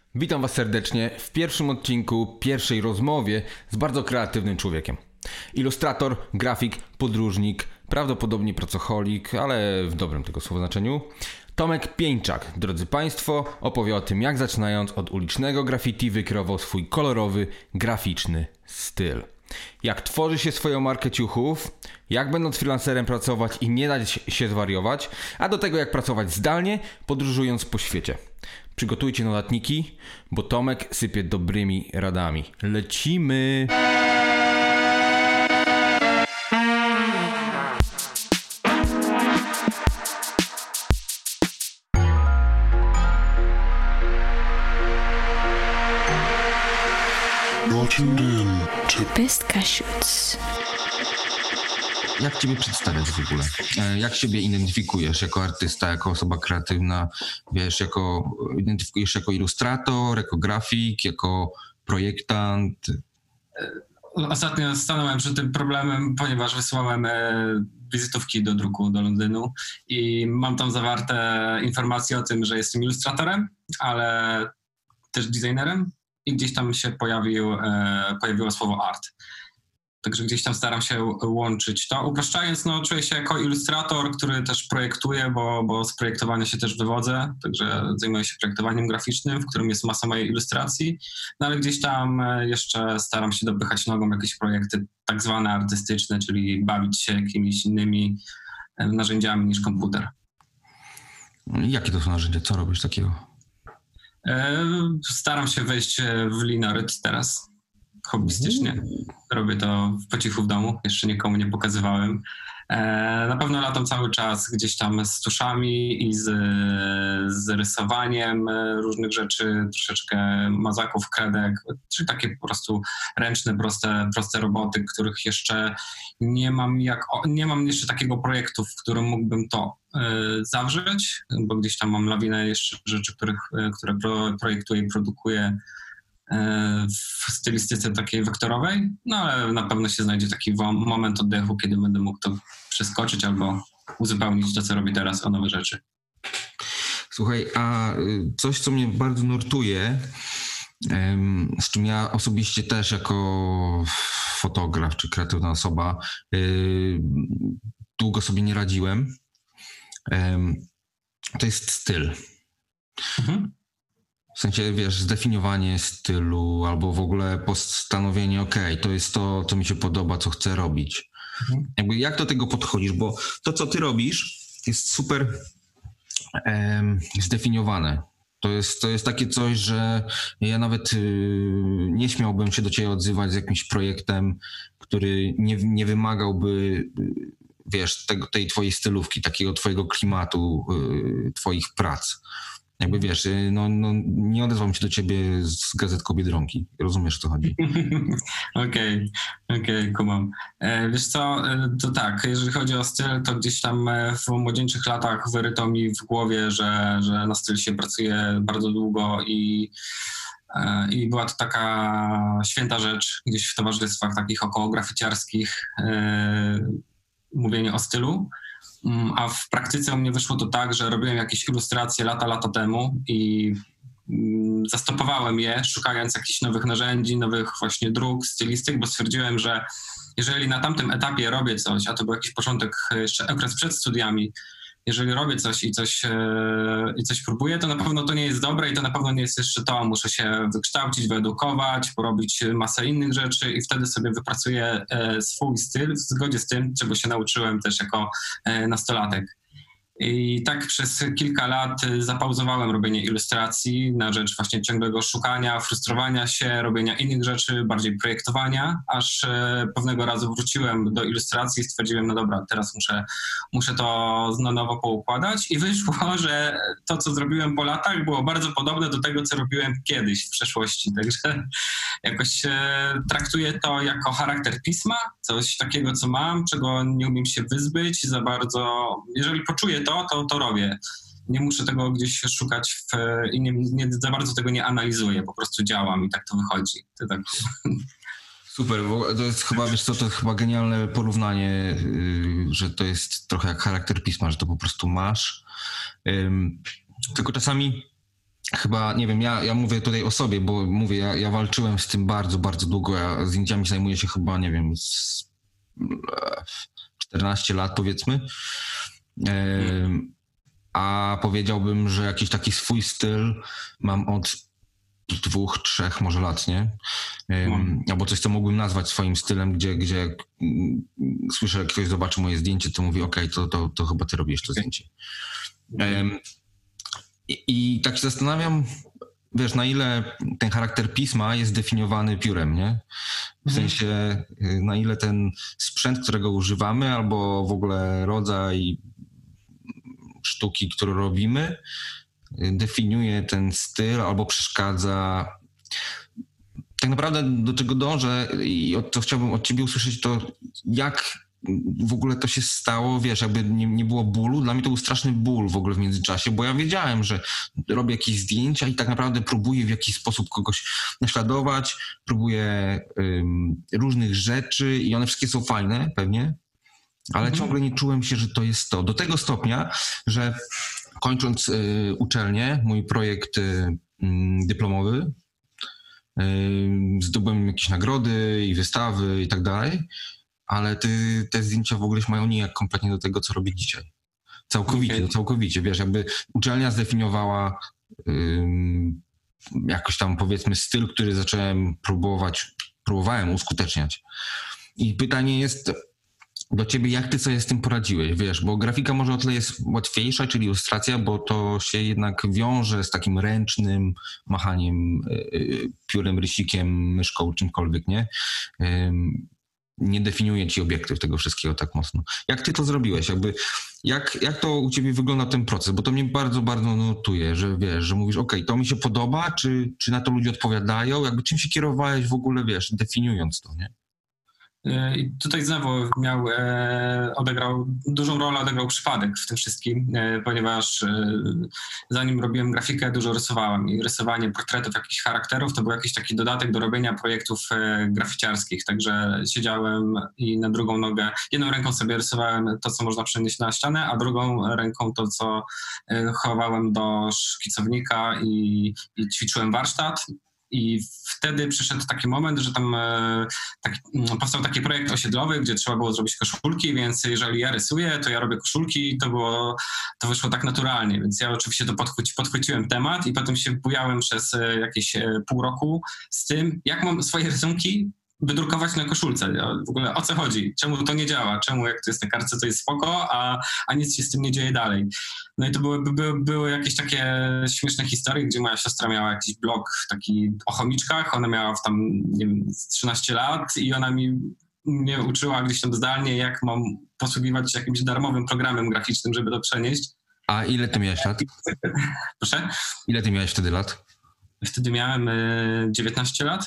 Witam Was serdecznie w pierwszym odcinku, pierwszej rozmowie z bardzo kreatywnym człowiekiem. Ilustrator, grafik, podróżnik, prawdopodobnie pracoholik, ale w dobrym tego słowa znaczeniu. Tomek Pieńczak, drodzy Państwo, opowie o tym, jak zaczynając od ulicznego graffiti wykreował swój kolorowy, graficzny styl. Jak tworzy się swoją markę ciuchów, jak będąc freelancerem pracować i nie dać się zwariować, a do tego jak pracować zdalnie, podróżując po świecie. Przygotujcie notatniki, bo Tomek sypie dobrymi radami. Lecimy! Best Cashews. Jak Ciebie przedstawiać w ogóle? Jak siebie identyfikujesz jako artysta, jako osoba kreatywna? Wiesz, identyfikujesz jako ilustrator, jako grafik, jako projektant? Ostatnio stanąłem przed tym problemem, ponieważ wysłałem wizytówki do druku do Londynu i mam tam zawarte informacje o tym, że jestem ilustratorem, ale też designerem i gdzieś tam się pojawiło słowo art. Także gdzieś tam staram się łączyć to. Upraszczając, czuję się jako ilustrator, który też projektuje, bo z projektowania się też wywodzę. Także zajmuję się projektowaniem graficznym, w którym jest masa mojej ilustracji. Ale gdzieś tam jeszcze staram się dopychać nogą jakieś projekty tak zwane artystyczne, czyli bawić się jakimiś innymi narzędziami niż komputer. Jakie to są narzędzia? Co robisz takiego? Staram się wejść w Linoryt teraz. Hobbystycznie. Robię to po cichu w domu, jeszcze nikomu nie pokazywałem. Na pewno latam cały czas gdzieś tam z tuszami i z rysowaniem różnych rzeczy, troszeczkę mazaków, kredek, czyli takie po prostu ręczne, proste roboty, których jeszcze nie mam jeszcze takiego projektu, w którym mógłbym to zawrzeć, bo gdzieś tam mam lawinę jeszcze rzeczy, które projektuję i produkuję w stylistyce takiej wektorowej, ale na pewno się znajdzie taki moment oddechu, kiedy będę mógł to przeskoczyć albo uzupełnić to, co robię teraz, o nowe rzeczy. Słuchaj, a coś, co mnie bardzo nurtuje, z czym ja osobiście też jako fotograf czy kreatywna osoba długo sobie nie radziłem, to jest styl. Mhm. W sensie, wiesz, zdefiniowanie stylu albo w ogóle postanowienie, to jest to, co mi się podoba, co chcę robić. Jakby jak do tego podchodzisz, bo to, co ty robisz, jest super zdefiniowane. To jest takie coś, że ja nawet nie śmiałbym się do ciebie odzywać z jakimś projektem, który nie wymagałby, wiesz, tej twojej stylówki, takiego twojego klimatu, twoich prac. Jakby wiesz, nie odezwam się do ciebie z gazetką Biedronki. Rozumiesz, o co chodzi? Okej, kumam. Wiesz co, to tak, jeżeli chodzi o styl, to gdzieś tam w młodzieńczych latach wyryto mi w głowie, że na styl się pracuje bardzo długo i była to taka święta rzecz gdzieś w towarzystwach takich około graficiarskich, mówienie o stylu. A w praktyce u mnie wyszło to tak, że robiłem jakieś ilustracje lata temu i zastopowałem je, szukając jakichś nowych narzędzi, nowych właśnie dróg, stylistyk, bo stwierdziłem, że jeżeli na tamtym etapie robię coś, a to był jakiś początek, jeszcze okres przed studiami, jeżeli robię coś i coś próbuję, to na pewno to nie jest dobre i to na pewno nie jest jeszcze to. Muszę się wykształcić, wyedukować, porobić masę innych rzeczy i wtedy sobie wypracuję swój styl w zgodzie z tym, czego się nauczyłem też jako nastolatek. I tak przez kilka lat zapauzowałem robienie ilustracji na rzecz właśnie ciągłego szukania, frustrowania się, robienia innych rzeczy, bardziej projektowania, aż pewnego razu wróciłem do ilustracji i stwierdziłem, no dobra, teraz muszę to na nowo poukładać i wyszło, że to, co zrobiłem po latach, było bardzo podobne do tego, co robiłem kiedyś w przeszłości, także jakoś traktuję to jako charakter pisma, coś takiego, co mam, czego nie umiem się wyzbyć za bardzo. Jeżeli poczuję to robię. Nie muszę tego gdzieś szukać i nie za bardzo tego nie analizuję, po prostu działam i tak to wychodzi. To tak. Super, bo to jest chyba, wiesz co, to jest chyba genialne porównanie, że to jest trochę jak charakter pisma, że to po prostu masz. Tylko czasami chyba, nie wiem, ja mówię tutaj o sobie, bo mówię, ja walczyłem z tym bardzo, bardzo długo. Ja zdjęciami zajmuję się chyba, nie wiem, 14 lat powiedzmy. A powiedziałbym, że jakiś taki swój styl mam od 2, 3 może lat, nie? Albo coś, co mógłbym nazwać swoim stylem, gdzie jak słyszę, jak ktoś zobaczy moje zdjęcie, to mówi, okej, to chyba ty robisz to zdjęcie. I tak się zastanawiam, wiesz, na ile ten charakter pisma jest zdefiniowany piórem, nie? W sensie, na ile ten sprzęt, którego używamy, albo w ogóle rodzaj sztuki, którą robimy, definiuje ten styl albo przeszkadza. Tak naprawdę do czego dążę i co chciałbym od ciebie usłyszeć, to jak w ogóle to się stało, wiesz, jakby nie było bólu. Dla mnie to był straszny ból w ogóle w międzyczasie, bo ja wiedziałem, że robię jakieś zdjęcia i tak naprawdę próbuję w jakiś sposób kogoś naśladować, próbuję różnych rzeczy i one wszystkie są fajne, pewnie, ale ciągle nie czułem się, że to jest to. Do tego stopnia, że kończąc uczelnię, mój projekt dyplomowy, zdobyłem jakieś nagrody i wystawy i tak dalej, ale te zdjęcia w ogóle mają nijak kompletnie do tego, co robię dzisiaj. Całkowicie, wiesz, jakby uczelnia zdefiniowała jakoś tam powiedzmy styl, który próbowałem uskuteczniać. I pytanie jest do ciebie, jak ty sobie z tym poradziłeś, wiesz, bo grafika może o tyle jest łatwiejsza, czyli ilustracja, bo to się jednak wiąże z takim ręcznym machaniem piórem, rysikiem, myszką, czymkolwiek, nie? Nie definiuje ci obiektów tego wszystkiego tak mocno. Jak ty to zrobiłeś? Jakby, jak to u ciebie wygląda ten proces? Bo to mnie bardzo, bardzo notuje, że wiesz, że mówisz, okej, to mi się podoba, czy na to ludzie odpowiadają? Jakby czym się kierowałeś w ogóle, wiesz, definiując to, nie? I tutaj znowu dużą rolę odegrał przypadek w tym wszystkim, ponieważ zanim robiłem grafikę, dużo rysowałem i rysowanie portretów jakichś charakterów to był jakiś taki dodatek do robienia projektów graficiarskich, także siedziałem i na drugą nogę, jedną ręką sobie rysowałem to, co można przenieść na ścianę, a drugą ręką to, co chowałem do szkicownika i ćwiczyłem warsztat. I wtedy przyszedł taki moment, że tam powstał taki projekt osiedlowy, gdzie trzeba było zrobić koszulki, więc jeżeli ja rysuję, to ja robię koszulki i to wyszło tak naturalnie, więc ja oczywiście to podchwyciłem temat i potem się bujałem przez jakieś pół roku z tym, jak mam swoje rysunki wydrukować na koszulce. W ogóle o co chodzi? Czemu to nie działa? Czemu jak to jest na kartce, to jest spoko, a nic się z tym nie dzieje dalej? No i to były jakieś takie śmieszne historie, gdzie moja siostra miała jakiś blog taki o chomiczkach, ona miała tam, nie wiem, 13 lat i ona mnie uczyła gdzieś tam zdalnie, jak mam posługiwać się jakimś darmowym programem graficznym, żeby to przenieść. A ile ty miałeś lat? Proszę? Ile ty miałeś wtedy lat? Wtedy miałem 19 lat.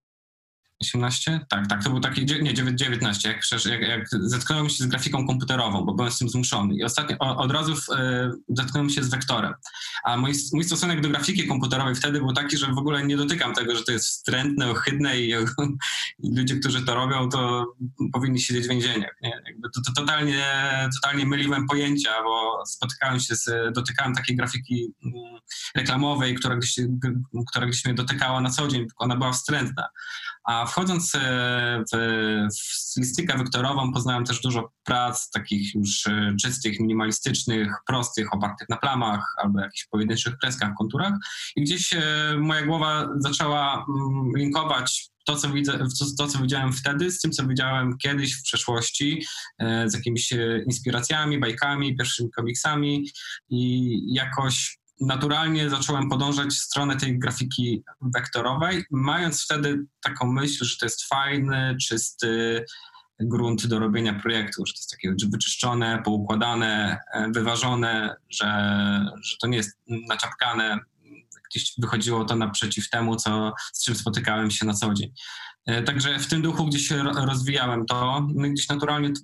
18? Tak, to był taki, nie, 19, jak zetknąłem się z grafiką komputerową, bo byłem z tym zmuszony. I ostatnio od razu zetknąłem się z wektorem. A mój stosunek do grafiki komputerowej wtedy był taki, że w ogóle nie dotykam tego, że to jest wstrętne, ohydne i ludzie, którzy to robią, to powinni siedzieć w więzieniach. Nie? Jakby to totalnie myliłem pojęcia, bo dotykałem takiej grafiki reklamowej, która gdzieś mnie dotykała na co dzień, ona była wstrętna. A wchodząc w stylistykę wektorową poznałem też dużo prac takich już czystych, minimalistycznych, prostych, opartych na plamach albo jakichś pojedynczych kreskach, konturach i gdzieś moja głowa zaczęła linkować to, co widziałem wtedy z tym, co widziałem kiedyś w przeszłości, z jakimiś inspiracjami, bajkami, pierwszymi komiksami i jakoś naturalnie zacząłem podążać w stronę tej grafiki wektorowej, mając wtedy taką myśl, że to jest fajny, czysty grunt do robienia projektu, że to jest takie wyczyszczone, poukładane, wyważone, że to nie jest naciapkane. Gdzieś wychodziło to naprzeciw temu, z czym spotykałem się na co dzień. Także w tym duchu gdzieś rozwijałem to, no i gdzieś naturalnie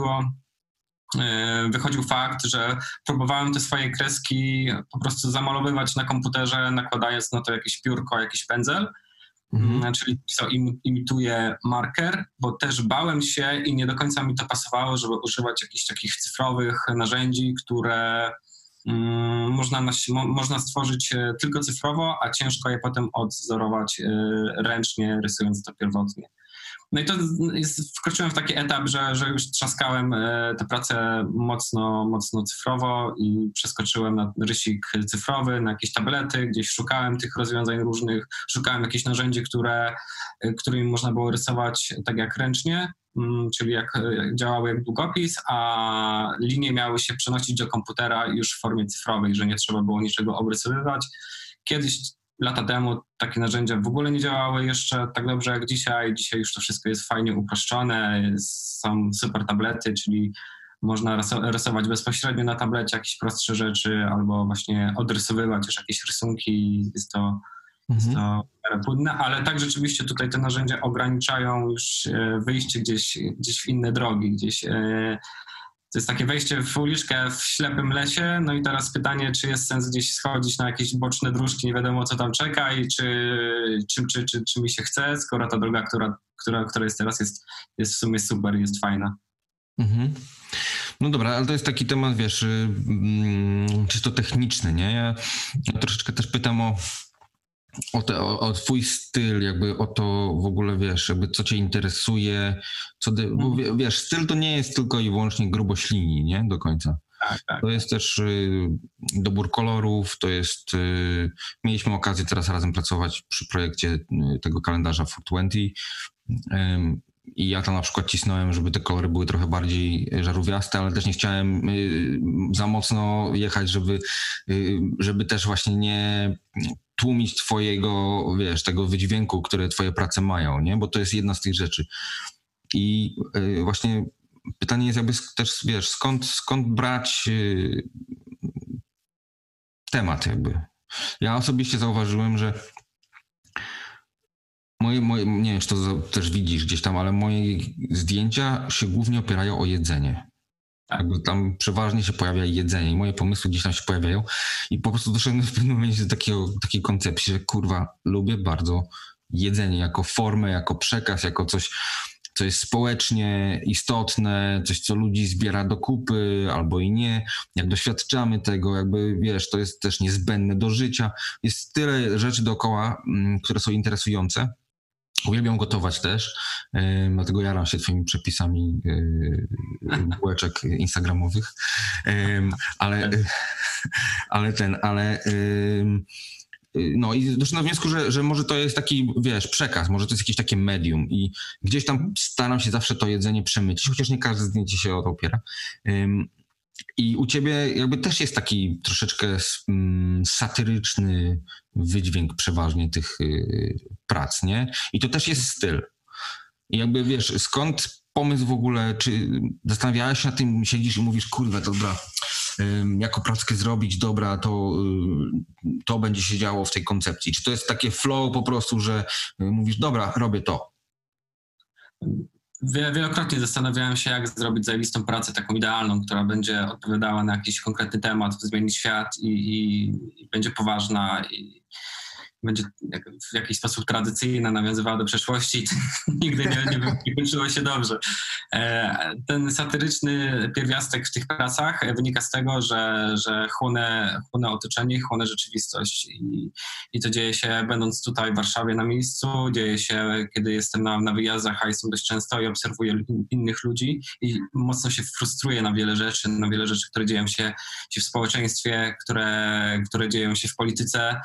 wychodził fakt, że próbowałem te swoje kreski po prostu zamalowywać na komputerze, nakładając na to jakieś piórko, jakiś pędzel, czyli co imituje marker, bo też bałem się i nie do końca mi to pasowało, żeby używać jakichś takich cyfrowych narzędzi, które można stworzyć tylko cyfrowo, a ciężko je potem odwzorować ręcznie, rysując to pierwotnie. No i to wkroczyłem w taki etap, że już trzaskałem tę pracę mocno cyfrowo i przeskoczyłem na rysik cyfrowy, na jakieś tablety, gdzieś szukałem tych rozwiązań różnych, szukałem jakichś narzędzi, którymi można było rysować tak jak ręcznie, czyli działały jak długopis, a linie miały się przenosić do komputera już w formie cyfrowej, że nie trzeba było niczego obrysowywać. Kiedyś, lata temu, takie narzędzia w ogóle nie działały jeszcze tak dobrze jak dzisiaj. Dzisiaj już to wszystko jest fajnie uproszczone, są super tablety, czyli można rysować bezpośrednio na tablecie jakieś prostsze rzeczy albo właśnie odrysowywać już jakieś rysunki. Jest to płynne, ale tak rzeczywiście tutaj te narzędzia ograniczają już wyjście gdzieś w inne drogi, to jest takie wejście w uliczkę w ślepym lesie, no i teraz pytanie, czy jest sens gdzieś schodzić na jakieś boczne dróżki, nie wiadomo co tam czeka i czy mi się chce, skoro ta droga, która jest teraz, jest w sumie super, jest fajna. Mhm. No dobra, ale to jest taki temat, wiesz, czysto techniczny, nie? Ja troszeczkę też pytam o twój styl, jakby o to w ogóle, wiesz, jakby co cię interesuje, bo wiesz, styl to nie jest tylko i wyłącznie grubość linii, nie? Do końca. Tak. To jest też dobór kolorów, to jest... Mieliśmy okazję teraz razem pracować przy projekcie tego kalendarza 420 i ja tam na przykład cisnąłem, żeby te kolory były trochę bardziej żarówiaste, ale też nie chciałem za mocno jechać, żeby też właśnie nie tłumić twojego, wiesz, tego wydźwięku, które twoje prace mają, nie? Bo to jest jedna z tych rzeczy. I właśnie pytanie jest jakby też, wiesz, skąd brać temat jakby. Ja osobiście zauważyłem, że moje, nie wiem, czy to też widzisz gdzieś tam, ale moje zdjęcia się głównie opierają o jedzenie. Jakby tam przeważnie się pojawia jedzenie i moje pomysły gdzieś tam się pojawiają i po prostu doszedłem w pewnym momencie do takiej koncepcji, że kurwa, lubię bardzo jedzenie jako formę, jako przekaz, jako coś, co jest społecznie istotne, coś, co ludzi zbiera do kupy albo i nie. Jak doświadczamy tego, jakby, wiesz, to jest też niezbędne do życia. Jest tyle rzeczy dookoła, które są interesujące. Uwielbiam gotować też, dlatego jaram się twoimi przepisami bułeczek instagramowych, no i doszedłem do wniosku, że może to jest taki, wiesz, przekaz, może to jest jakieś takie medium i gdzieś tam staram się zawsze to jedzenie przemycić, chociaż nie każde zdjęcie się o to opiera. I u ciebie jakby też jest taki troszeczkę satyryczny wydźwięk przeważnie tych prac, nie? I to też jest styl. I jakby, wiesz, skąd pomysł w ogóle, czy zastanawiałeś się nad tym, siedzisz i mówisz, kurwa, dobra, jako prackę zrobić, dobra, to będzie się działo w tej koncepcji. Czy to jest takie flow po prostu, że mówisz, dobra, robię to? Wielokrotnie zastanawiałem się, jak zrobić zajebistą pracę, taką idealną, która będzie odpowiadała na jakiś konkretny temat, zmieni świat i będzie poważna i będzie w jakiś sposób tradycyjna, nawiązywała do przeszłości. Nigdy nie kończyło się dobrze. Ten satyryczny pierwiastek w tych pracach wynika z tego, że chłonę otoczenie, chłonę rzeczywistość i to dzieje się będąc tutaj w Warszawie na miejscu, dzieje się, kiedy jestem na wyjazdach, a jestem dość często i obserwuję innych ludzi i mocno się frustruję na wiele rzeczy, które dzieją się w społeczeństwie, które dzieją się w polityce.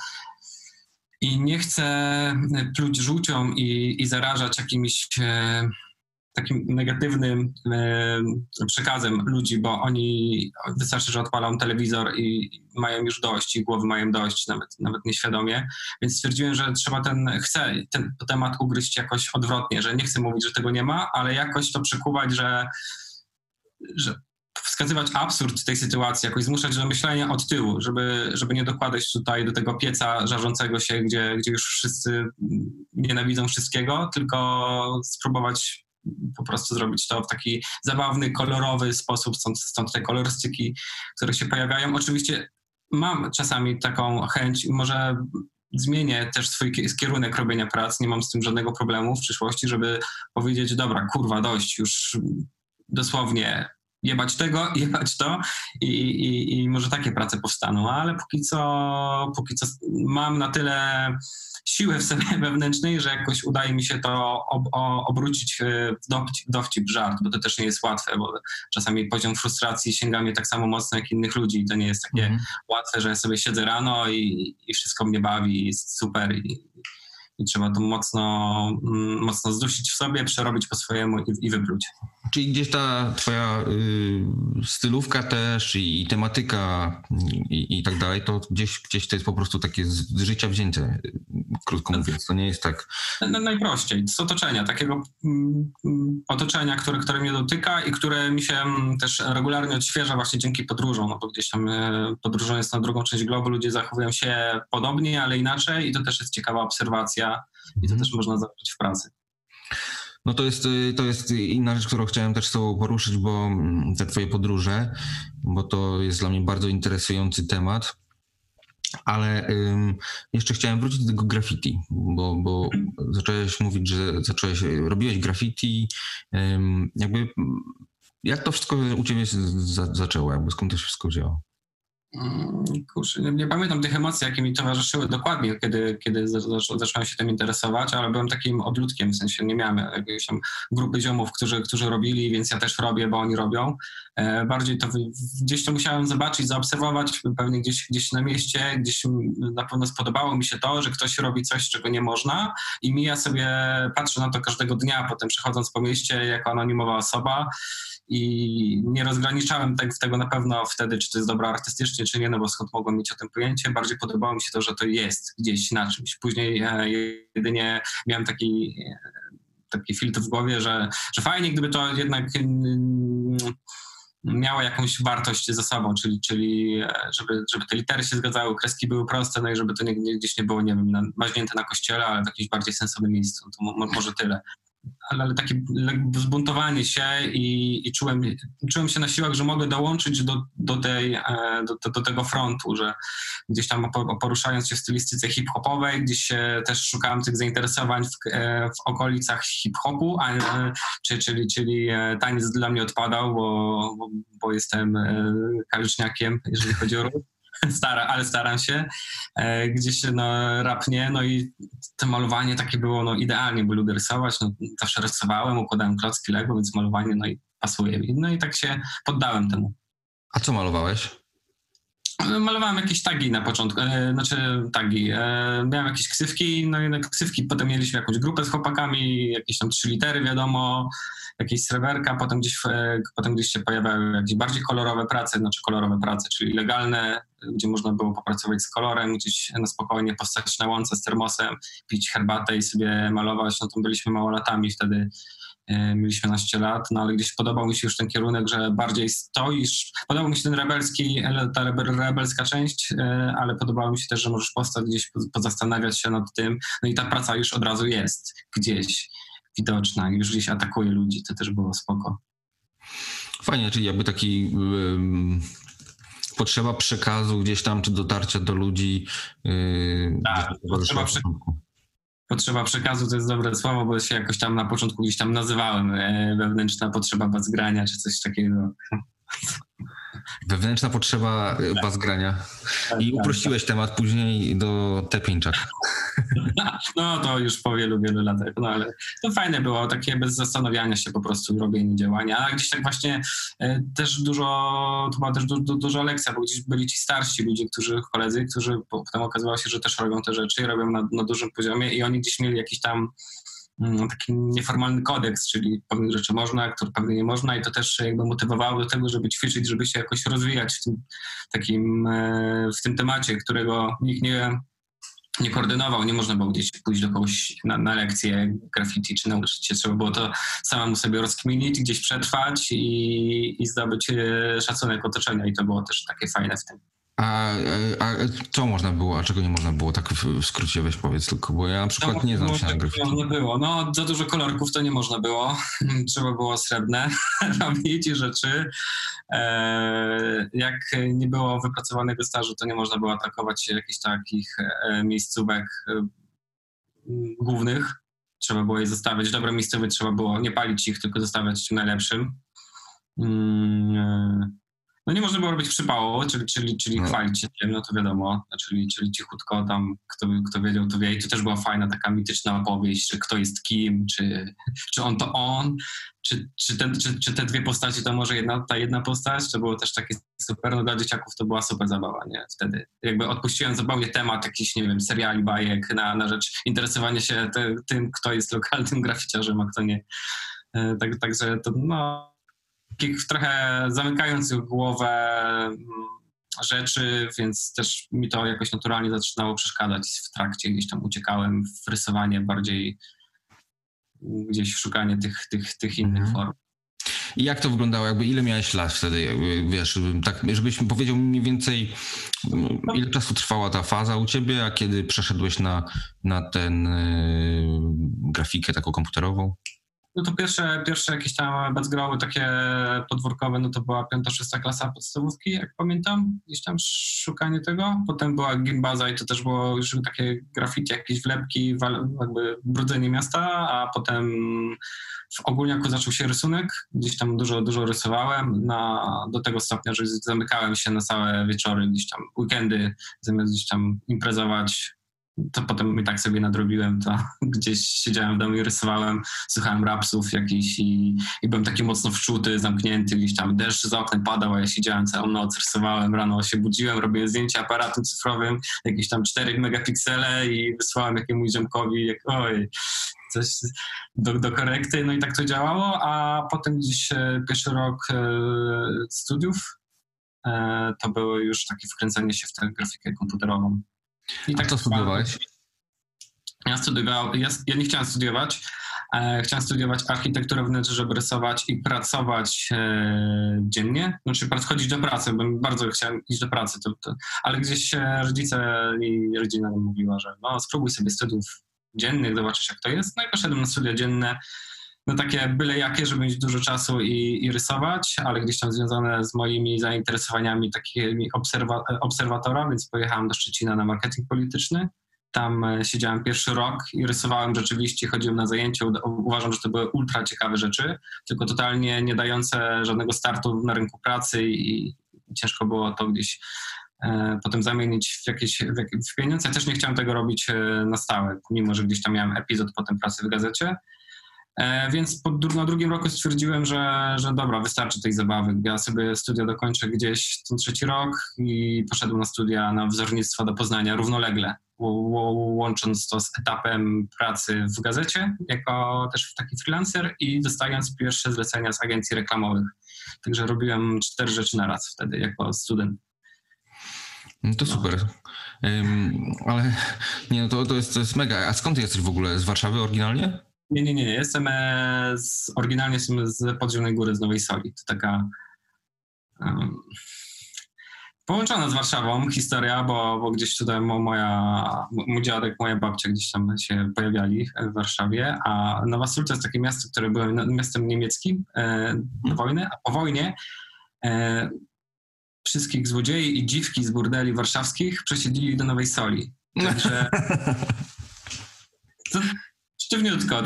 I nie chcę pluć żółcią i zarażać jakimś takim negatywnym przekazem ludzi, bo oni wystarczy, że odpalą telewizor i mają już dość, i głowy mają dość, nawet nieświadomie. Więc stwierdziłem, że chcę ten temat ugryźć jakoś odwrotnie, że nie chcę mówić, że tego nie ma, ale jakoś to przekuwać, że wskazywać absurd tej sytuacji, jakoś zmuszać do myślenia od tyłu, żeby nie dokładać tutaj do tego pieca żarzącego się, gdzie już wszyscy nienawidzą wszystkiego, tylko spróbować po prostu zrobić to w taki zabawny, kolorowy sposób, stąd te kolorystyki, które się pojawiają. Oczywiście mam czasami taką chęć, może zmienię też swój kierunek robienia prac, nie mam z tym żadnego problemu w przyszłości, żeby powiedzieć, dobra, kurwa, dość, już dosłownie jebać tego, jebać to i może takie prace powstaną, ale póki co mam na tyle siły w sobie wewnętrznej, że jakoś udaje mi się to obrócić w dowcip, żart, bo to też nie jest łatwe, bo czasami poziom frustracji sięga mnie tak samo mocno jak innych ludzi i to nie jest takie łatwe, że ja sobie siedzę rano i wszystko mnie bawi, jest super i trzeba to mocno zdusić w sobie, przerobić po swojemu i wypluć. Czyli gdzieś ta twoja stylówka też i tematyka i tak dalej, to gdzieś to jest po prostu takie z życia wzięte, krótko mówiąc. To nie jest tak... Najprościej, z otoczenia, takiego otoczenia, które mnie dotyka i które mi się też regularnie odświeża właśnie dzięki podróżom, no bo gdzieś tam podróżując na drugą część globu, ludzie zachowują się podobnie, ale inaczej i to też jest ciekawa obserwacja i to też można zobaczyć w pracy. No to jest inna rzecz, którą chciałem też z tobą poruszyć, bo te twoje podróże, bo to jest dla mnie bardzo interesujący temat, ale jeszcze chciałem wrócić do tego graffiti, bo zacząłeś mówić, że robiłeś graffiti, jakby jak to wszystko u ciebie zaczęło, jakby skąd to się wszystko wzięło? Kurczę, nie pamiętam tych emocji, jakie mi towarzyszyły dokładnie, kiedy zacząłem się tym interesować, ale byłem takim odludkiem, w sensie nie miałem jakiejś tam grupy ziomów, którzy robili, więc ja też robię, bo oni robią. Bardziej to gdzieś to musiałem zobaczyć, zaobserwować, pewnie gdzieś na mieście, gdzieś na pewno spodobało mi się to, że ktoś robi coś, czego nie można i ja sobie patrzę na to każdego dnia, potem przechodząc po mieście jako anonimowa osoba, i nie rozgraniczałem tego na pewno wtedy, czy to jest dobro artystycznie, czy nie, no bo skąd mogłem mieć o tym pojęcie. Bardziej podobało mi się to, że to jest gdzieś na czymś. Później jedynie miałem taki filtr w głowie, że fajnie, gdyby to jednak miało jakąś wartość ze sobą, czyli żeby te litery się zgadzały, kreski były proste, no i żeby to gdzieś nie było, nie wiem, maźnięte na kościele, ale w jakimś bardziej sensownym miejscu. To może tyle. Ale takie zbuntowanie się i czułem się na siłach, że mogę dołączyć do tego frontu, że gdzieś tam poruszając się w stylistyce hip-hopowej, gdzieś też szukałem tych zainteresowań w okolicach hip-hopu, czyli taniec dla mnie odpadał, bo jestem kaliczniakiem, jeżeli chodzi o ruch. Ale staram się. Gdzieś rap nie, no i to malowanie takie było idealnie, bo lubię rysować, zawsze rysowałem, układałem klocki Lego, więc malowanie i pasuje mi. No i tak się poddałem temu. A co malowałeś? Malowałem jakieś tagi na początku, miałem jakieś ksywki, no i na ksywki potem mieliśmy jakąś grupę z chłopakami, jakieś tam 3 litery, wiadomo, jakieś sreberka, potem gdzieś się pojawiały jakieś bardziej kolorowe prace, czyli legalne, gdzie można było popracować z kolorem, gdzieś na spokojnie postać na łące z termosem, pić herbatę i sobie malować, no to byliśmy małolatami wtedy. Mieliśmy 18 lat, no ale gdzieś podobał mi się już ten kierunek, że bardziej stoisz. Podobał mi się ta rebelska część, ale podobało mi się też, że możesz postać gdzieś pozastanawiać się nad tym. No i ta praca już od razu jest gdzieś widoczna, już gdzieś atakuje ludzi. To też było spoko. Fajnie, czyli jakby taki potrzeba przekazu gdzieś tam, czy dotarcia do ludzi. Tak, Potrzeba przekazu to jest dobre słowo, bo się jakoś tam na początku gdzieś tam nazywałem wewnętrzna potrzeba bazgrania czy coś takiego. Wewnętrzna potrzeba bazgrania. I uprościłeś temat później do T5. No to już po wielu latach, no ale to fajne było, takie bez zastanawiania się po prostu robienie działania, a gdzieś tak właśnie też to była też duża lekcja, bo gdzieś byli ci starsi ludzie, koledzy, którzy potem okazywało się, że też robią te rzeczy i robią na dużym poziomie i oni gdzieś mieli jakiś tam taki nieformalny kodeks, czyli pewnych rzeczy można, które pewnie nie można i to też jakby motywowało do tego, żeby ćwiczyć, żeby się jakoś rozwijać w tym temacie, którego nikt nie koordynował, nie można było gdzieś pójść do kogoś na lekcję graffiti czy nauczyć się, trzeba było to samemu sobie rozkminić, gdzieś przetrwać i zdobyć szacunek otoczenia i to było też takie fajne w tym. A co można było, a czego nie można było? Tak w skrócie weź powiedz tylko, bo ja na przykład nie znam się na graffiti. Nie było. No za dużo kolorków to nie można było. Trzeba było srebrne robić rzeczy. Jak nie było wypracowanego stażu, to nie można było atakować jakichś takich miejscówek głównych. Trzeba było je zostawiać. Dobre miejscowe trzeba było nie palić ich, tylko zostawiać najlepszym. No nie można było robić przypału, czyli chwalić się tym, no to wiadomo, czyli cichutko tam, kto wiedział, to wie. I to też była fajna taka mityczna opowieść, że kto jest kim, czy on to on, czy te dwie postaci to może ta jedna postać, to było też takie super, no dla dzieciaków to była super zabawa, nie? Wtedy jakby odpuściłem zupełnie temat jakichś, nie wiem, seriali, bajek na rzecz interesowania się tym, kto jest lokalnym graficiarzem, a kto nie. Także to, no, takich trochę zamykających głowę rzeczy, więc też mi to jakoś naturalnie zaczynało przeszkadzać w trakcie. Gdzieś tam uciekałem w rysowanie bardziej, gdzieś w szukanie tych innych form. I jak to wyglądało? Jakby ile miałeś lat wtedy? Jakby, wiesz, tak, żebyś mi powiedział mniej więcej, ile czasu trwała ta faza u ciebie, a kiedy przeszedłeś na ten grafikę taką komputerową? No to pierwsze jakieś tam backgroundy takie podwórkowe, no to była 5-6 klasa podstawówki, jak pamiętam, gdzieś tam szukanie tego. Potem była gimbaza i to też było już takie graffiti, jakieś wlepki, jakby brudzenie miasta, a potem w ogólniaku zaczął się rysunek. Gdzieś tam dużo rysowałem, do tego stopnia, że zamykałem się na całe wieczory, gdzieś tam weekendy, zamiast gdzieś tam imprezować. To potem i tak sobie nadrobiłem, to gdzieś siedziałem w domu i rysowałem, słuchałem rapsów jakichś i byłem taki mocno wczuty, zamknięty, gdzieś tam deszcz za oknem padał, a ja siedziałem całą noc, rysowałem, rano się budziłem, robiłem zdjęcia aparatem cyfrowym, jakieś tam 4 megapiksele i wysłałem jakiemuś ziomkowi, coś do korekty, no i tak to działało, a potem gdzieś pierwszy rok studiów to było już takie wkręcenie się w tę grafikę komputerową. I tak to studiowałeś? Ja nie chciałem studiować. Chciałem studiować architekturę wnętrza, żeby rysować i pracować dziennie. Znaczy chodzić do pracy, bo bardzo chciałem iść do pracy. Ale gdzieś rodzice i rodzina mi mówiła, że no spróbuj sobie studiów dziennych, zobaczysz jak to jest. No i poszedłem na studia dzienne. No takie byle jakie, żeby mieć dużo czasu i rysować, ale gdzieś tam związane z moimi zainteresowaniami takimi obserwatora, więc pojechałem do Szczecina na marketing polityczny. Tam siedziałem pierwszy rok i rysowałem rzeczywiście, chodziłem na zajęcia. Uważam, że to były ultra ciekawe rzeczy, tylko totalnie nie dające żadnego startu na rynku pracy i ciężko było to gdzieś potem zamienić w pieniądze. Ja też nie chciałem tego robić na stałe, mimo że gdzieś tam miałem epizod potem pracy w gazecie. Więc na drugim roku stwierdziłem, że dobra, wystarczy tej zabawy. Ja sobie studia dokończę gdzieś ten 3 rok i poszedłem na studia na wzornictwa do Poznania równolegle, łącząc to z etapem pracy w gazecie, jako też taki freelancer i dostając pierwsze zlecenia z agencji reklamowych. Także robiłem 4 rzeczy na raz wtedy jako student. No to super. Ale nie, no to jest mega. A skąd ty jesteś w ogóle? Z Warszawy oryginalnie? Nie. Oryginalnie jestem z Podziemnej Góry, z Nowej Soli. To taka połączona z Warszawą historia, bo gdzieś tutaj mój dziadek, moja babcia gdzieś tam się pojawiali w Warszawie, a Nowa Sól to jest takie miasto, które było miastem niemieckim do wojny, a po wojnie wszystkich złodziei i dziwki z burdeli warszawskich przesiedlili do Nowej Soli. Także sztywniutko,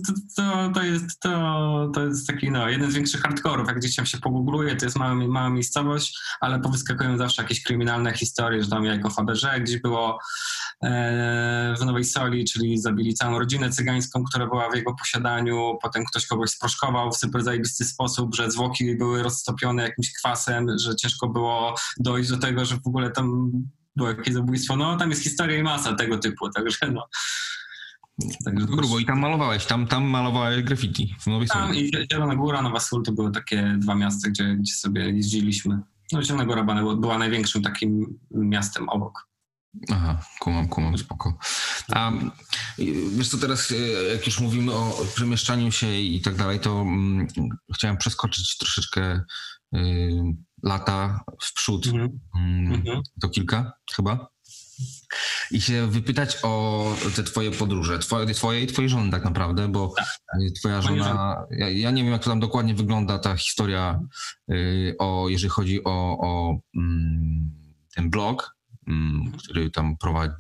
to jest taki jeden z większych hardkorów. Jak gdzieś tam się pogoogluje, to jest mała miejscowość, ale powyskakują zawsze jakieś kryminalne historie, że tam jajko Faberże gdzieś było w Nowej Soli, czyli zabili całą rodzinę cygańską, która była w jego posiadaniu, potem ktoś kogoś sproszkował w super zajebisty sposób, że zwłoki były roztopione jakimś kwasem, że ciężko było dojść do tego, że w ogóle tam było jakieś zabójstwo. No tam jest historia i masa tego typu, także Także grubo i tam malowałeś, tam malowałeś graffiti w Nowej Soli. Tam i Zielona Góra, Nowa Sól to były takie 2 miasta, gdzie sobie jeździliśmy. No Zielona Góra była największym takim miastem obok. Aha, kumam, spoko. A wiesz co, teraz jak już mówimy o przemieszczaniu się i tak dalej, to chciałem przeskoczyć troszeczkę lata w przód. To kilka chyba. I się wypytać o te twoje podróże, twoje i twojej żony tak naprawdę, bo twoja żona, ja nie wiem jak to tam dokładnie wygląda ta historia, jeżeli chodzi o ten blog, który tam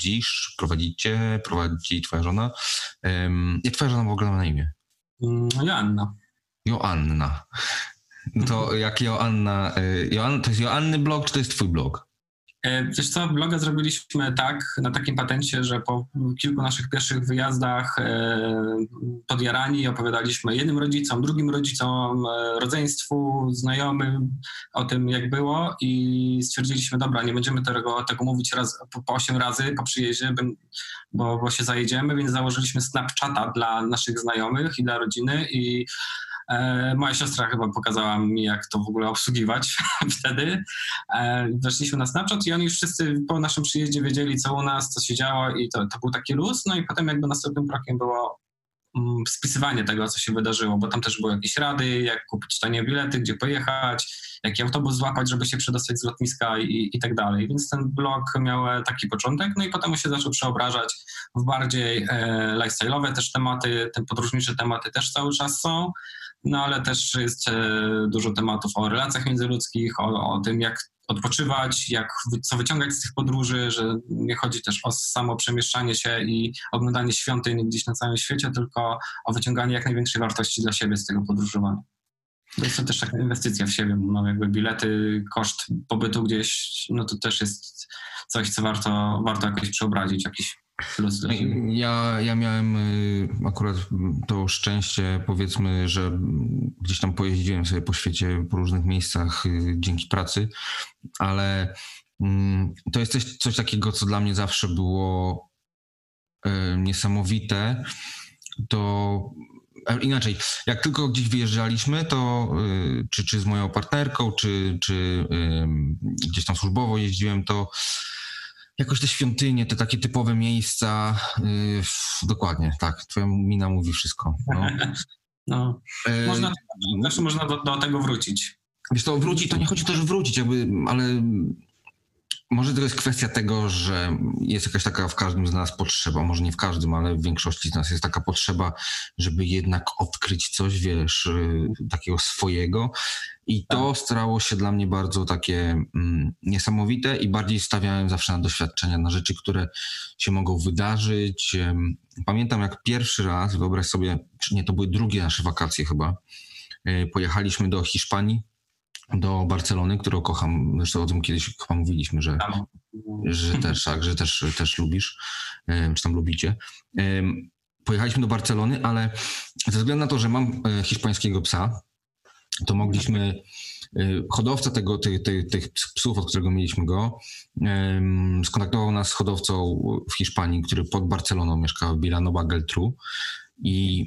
prowadzi twoja żona. Jak twoja żona w ogóle ma na imię? Joanna. Joanna. No to jak Joanna, to jest Joanny blog, czy to jest twój blog? Wiesz co, bloga zrobiliśmy tak, na takim patencie, że po kilku naszych pierwszych wyjazdach podjarani opowiadaliśmy jednym rodzicom, drugim rodzicom, rodzeństwu, znajomym o tym, jak było i stwierdziliśmy, dobra, nie będziemy tego mówić po 8 razy po przyjeździe, bo się zajedziemy, więc założyliśmy Snapchata dla naszych znajomych i dla rodziny i moja siostra chyba pokazała mi, jak to w ogóle obsługiwać wtedy. Weszliśmy na Snapchat i oni już wszyscy po naszym przyjeździe wiedzieli, co u nas, co się działo i to był taki luz. No i potem jakby następnym krokiem było spisywanie tego, co się wydarzyło, bo tam też były jakieś rady, jak kupić tanie bilety, gdzie pojechać, jaki autobus złapać, żeby się przedostać z lotniska i tak dalej. Więc ten blog miał taki początek, no i potem się zaczął przeobrażać w bardziej lifestyle'owe też tematy, te podróżnicze tematy też cały czas są, no ale też jest dużo tematów o relacjach międzyludzkich, o tym, jak odpoczywać, co wyciągać z tych podróży, że nie chodzi też o samo przemieszczanie się i oglądanie świątyń gdzieś na całym świecie, tylko o wyciąganie jak największej wartości dla siebie z tego podróżowania. To jest to też taka inwestycja w siebie, no jakby bilety, koszt pobytu gdzieś, no to też jest coś, co warto jakoś przeobrazić, jakiś plus dla siebie. Ja miałem akurat to szczęście, powiedzmy, że gdzieś tam pojeździłem sobie po świecie, po różnych miejscach dzięki pracy, ale to jest coś takiego, co dla mnie zawsze było niesamowite. To inaczej, jak tylko gdzieś wyjeżdżaliśmy, to czy z moją partnerką, czy gdzieś tam służbowo jeździłem, to jakoś te świątynie, te takie typowe miejsca, dokładnie, tak, twoja mina mówi wszystko. No. No, zawsze można do tego wrócić. Wiesz to wrócić, to nie chodzi też wrócić, ale może to jest kwestia tego, że jest jakaś taka w każdym z nas potrzeba, może nie w każdym, ale w większości z nas jest taka potrzeba, żeby jednak odkryć coś, wiesz, takiego swojego. I to stało się dla mnie bardzo takie niesamowite i bardziej stawiałem zawsze na doświadczenia, na rzeczy, które się mogą wydarzyć. Pamiętam jak pierwszy raz, wyobraź sobie, to były drugie nasze wakacje chyba, pojechaliśmy do Hiszpanii, do Barcelony, którą kocham. Zresztą o tym kiedyś chyba mówiliśmy, że też lubisz, czy tam lubicie. Pojechaliśmy do Barcelony, ale ze względu na to, że mam hiszpańskiego psa, to mogliśmy hodowca tych psów, od którego mieliśmy go, skontaktował nas z hodowcą w Hiszpanii, który pod Barceloną mieszkał, w Vilanova Geltrú i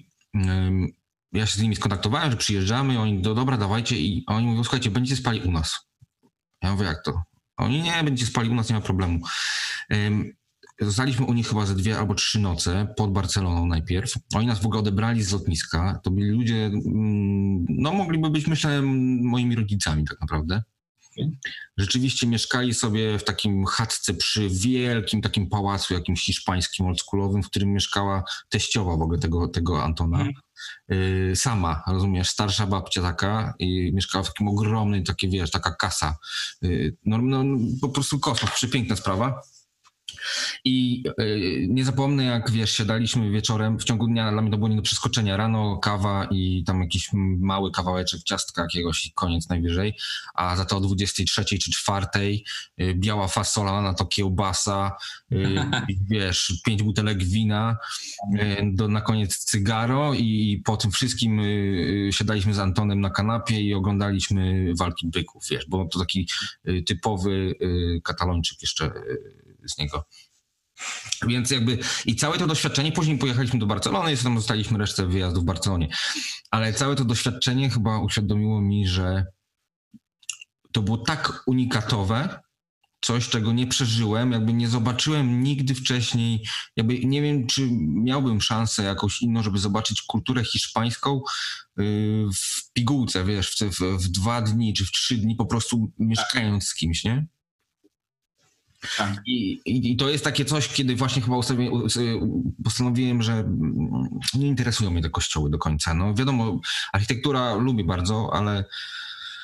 ja się z nimi skontaktowałem, że przyjeżdżamy, oni, dobra, dawajcie i oni mówią, słuchajcie, będziecie spali u nas. Ja mówię, jak to? Oni, nie, będziecie spali u nas, nie ma problemu. Zostaliśmy u nich chyba ze 2 albo 3 noce pod Barceloną najpierw. Oni nas w ogóle odebrali z lotniska. To byli ludzie, no mogliby być, myślę, moimi rodzicami tak naprawdę. Rzeczywiście mieszkali sobie w takim chatce przy wielkim takim pałacu jakimś hiszpańskim, oldschoolowym, w którym mieszkała teściowa w ogóle tego Antona. Sama, rozumiesz, starsza babcia taka i mieszkała w takim ogromnym, takie wiesz, taka kasa. No, po prostu kosmos, przepiękna sprawa. I nie zapomnę, jak wiesz, siadaliśmy wieczorem, w ciągu dnia dla mnie to było nie do przeskoczenia. Rano kawa i tam jakiś mały kawałeczek ciastka jakiegoś i koniec najwyżej, a za to o 23 czy 4 biała fasola, na to kiełbasa, wiesz, 5 butelek wina, na koniec cygaro i po tym wszystkim siadaliśmy z Antonem na kanapie i oglądaliśmy walki byków, wiesz, bo to taki typowy Katalończyk jeszcze z niego. Więc jakby i całe to doświadczenie, później pojechaliśmy do Barcelony i tam zostaliśmy resztę wyjazdu w Barcelonie, ale całe to doświadczenie chyba uświadomiło mi, że to było tak unikatowe, coś, czego nie przeżyłem, jakby nie zobaczyłem nigdy wcześniej, jakby nie wiem, czy miałbym szansę jakąś inną, żeby zobaczyć kulturę hiszpańską w pigułce, wiesz, w 2 dni czy w 3 dni po prostu mieszkając z kimś, nie? Tak. I to jest takie coś, kiedy właśnie chyba postanowiłem, że nie interesują mnie te kościoły do końca. No wiadomo, architektura lubię bardzo, ale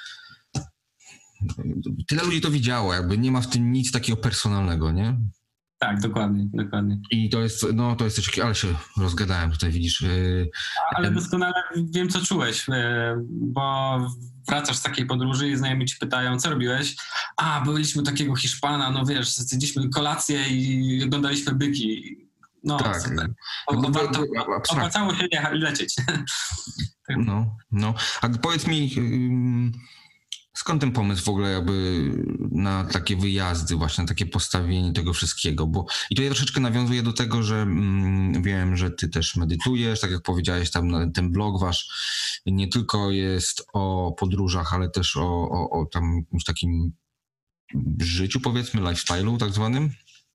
tyle ludzi to widziało, jakby nie ma w tym nic takiego personalnego, nie? Tak, dokładnie. I to jest coś takiego, ale się rozgadałem tutaj, widzisz. Ale doskonale wiem, co czułeś, bo wracasz z takiej podróży i znajomi ci pytają, co robiłeś? Byliśmy takiego Hiszpana, no wiesz, zjedliśmy kolację i oglądaliśmy byki. No, tak. Super. Absolutnie. Opłacało się lecieć. No. A powiedz mi, skąd ten pomysł w ogóle jakby na takie wyjazdy, właśnie na takie postawienie tego wszystkiego? I tutaj troszeczkę nawiązuję do tego, że wiem, że ty też medytujesz, tak jak powiedziałeś, tam ten blog wasz nie tylko jest o podróżach, ale też o tam jakimś takim życiu, powiedzmy, lifestyle'u tak zwanym.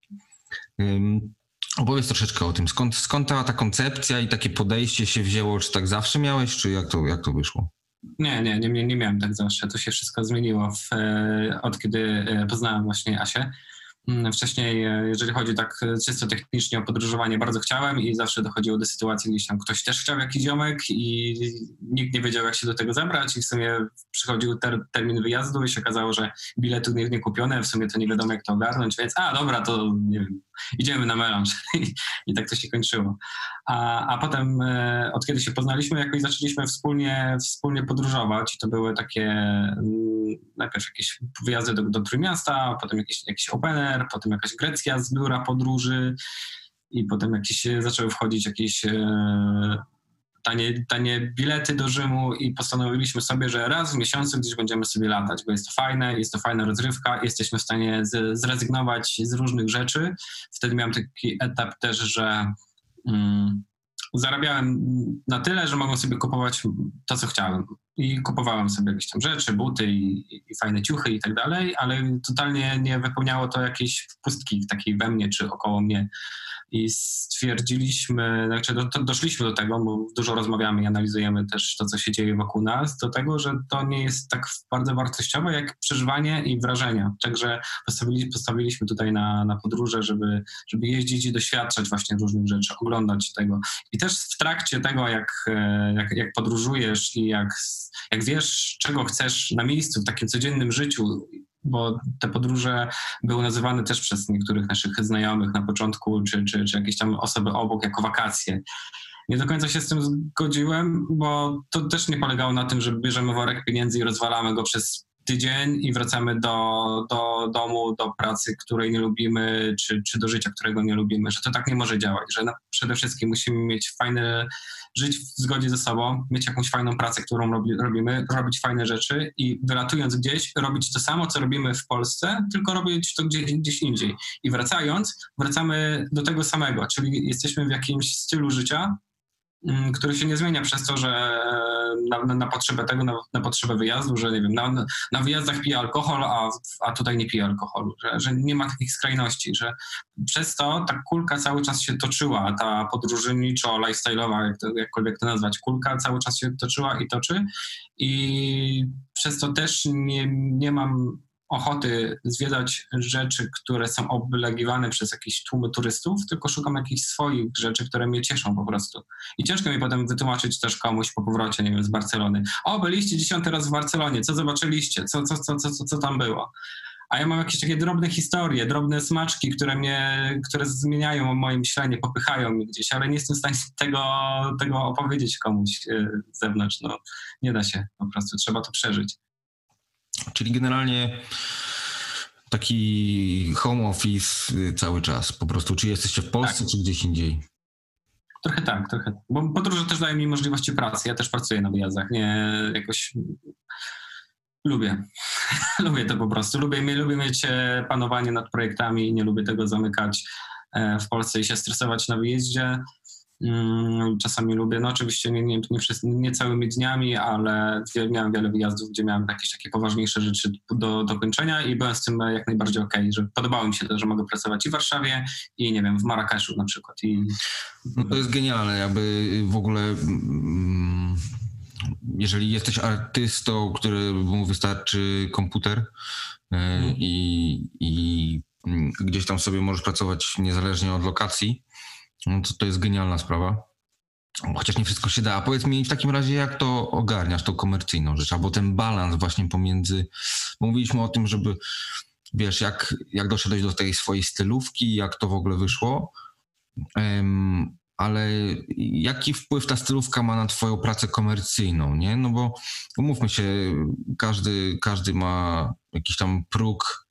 Opowiedz troszeczkę o tym, skąd ta koncepcja i takie podejście się wzięło, czy tak zawsze miałeś, czy jak to wyszło? Nie miałem tak zawsze. To się wszystko zmieniło od kiedy poznałem właśnie Asię. Wcześniej, jeżeli chodzi tak czysto technicznie o podróżowanie, bardzo chciałem i zawsze dochodziło do sytuacji, gdzieś tam ktoś też chciał jakiś ziomek i nikt nie wiedział, jak się do tego zabrać i w sumie przychodził termin wyjazdu i się okazało, że biletu nie kupione, w sumie to nie wiadomo, jak to ogarnąć, więc dobra, to nie wiem, idziemy na melanż i tak to się kończyło. A potem, od kiedy się poznaliśmy, jakoś zaczęliśmy wspólnie podróżować i to były takie najpierw jakieś wyjazdy do Trójmiasta, potem jakiś open air, potem jakaś Grecja z biura podróży i potem zaczęły wchodzić jakieś tanie bilety do Rzymu i postanowiliśmy sobie, że raz w miesiącu gdzieś będziemy sobie latać, bo jest to fajna rozrywka, jesteśmy w stanie zrezygnować z różnych rzeczy. Wtedy miałem taki etap też, że zarabiałem na tyle, że mogłem sobie kupować to, co chciałem. I kupowałem sobie jakieś tam rzeczy, buty i fajne ciuchy i tak dalej, ale totalnie nie wypełniało to jakiejś pustki takiej we mnie czy około mnie. I stwierdziliśmy, doszliśmy do tego, bo dużo rozmawiamy i analizujemy też to, co się dzieje wokół nas, do tego, że to nie jest tak bardzo wartościowe jak przeżywanie i wrażenia. Także postawiliśmy tutaj na podróże, żeby jeździć i doświadczać właśnie różnych rzeczy, oglądać tego. I też w trakcie tego, jak podróżujesz i jak wiesz, czego chcesz na miejscu, w takim codziennym życiu, bo te podróże były nazywane też przez niektórych naszych znajomych na początku, czy jakieś tam osoby obok jako wakacje. Nie do końca się z tym zgodziłem, bo to też nie polegało na tym, że bierzemy worek pieniędzy i rozwalamy go przez tydzień i wracamy do domu, do pracy, której nie lubimy, czy do życia, którego nie lubimy, że to tak nie może działać, że przede wszystkim musimy żyć w zgodzie ze sobą, mieć jakąś fajną pracę, którą robimy, robić fajne rzeczy i wylatując gdzieś, robić to samo, co robimy w Polsce, tylko robić to gdzieś indziej. I wracamy do tego samego, czyli jesteśmy w jakimś stylu życia, który się nie zmienia przez to, że na potrzebę tego, na potrzebę wyjazdu, że nie wiem, na wyjazdach pije alkohol, a tutaj nie pije alkoholu, że nie ma takich skrajności, że przez to ta kulka cały czas się toczyła, ta podróżniczo-lifestyle'owa, jakkolwiek to nazwać, kulka cały czas się toczyła i toczy i przez to też nie mam ochoty zwiedzać rzeczy, które są oblegiwane przez jakieś tłumy turystów, tylko szukam jakichś swoich rzeczy, które mnie cieszą po prostu. I ciężko mi potem wytłumaczyć też komuś po powrocie, nie wiem, z Barcelony. Byliście 10 raz w Barcelonie, co zobaczyliście, co tam było? A ja mam jakieś takie drobne historie, drobne smaczki, które zmieniają moje myślenie, popychają mnie gdzieś, ale nie jestem w stanie tego opowiedzieć komuś z zewnątrz. No, nie da się, po prostu trzeba to przeżyć. Czyli generalnie taki home office cały czas po prostu. Czy jesteście w Polsce, tak, czy gdzieś indziej? Trochę tak. Bo podróże też dają mi możliwości pracy. Ja też pracuję na wyjazdach. Nie jakoś... Lubię. Lubię to po prostu. Lubię mieć panowanie nad projektami i nie lubię tego zamykać w Polsce i się stresować na wyjeździe. Czasami lubię, oczywiście nie całymi dniami, ale miałem wiele wyjazdów, gdzie miałem jakieś takie poważniejsze rzeczy do kończenia i byłem z tym jak najbardziej okej, że podobało mi się to, że mogę pracować i w Warszawie i nie wiem, w Marrakeszu na przykład. To jest genialne, jakby w ogóle jeżeli jesteś artystą, któremu wystarczy komputer i gdzieś tam sobie możesz pracować niezależnie od lokacji, no to jest genialna sprawa. Chociaż nie wszystko się da. A powiedz mi w takim razie, jak to ogarniasz, tą komercyjną rzecz, albo ten balans właśnie pomiędzy... Bo mówiliśmy o tym, żeby wiesz, jak doszedłeś do tej swojej stylówki, jak to w ogóle wyszło, ale jaki wpływ ta stylówka ma na twoją pracę komercyjną, nie? No bo umówmy się, każdy ma jakiś tam próg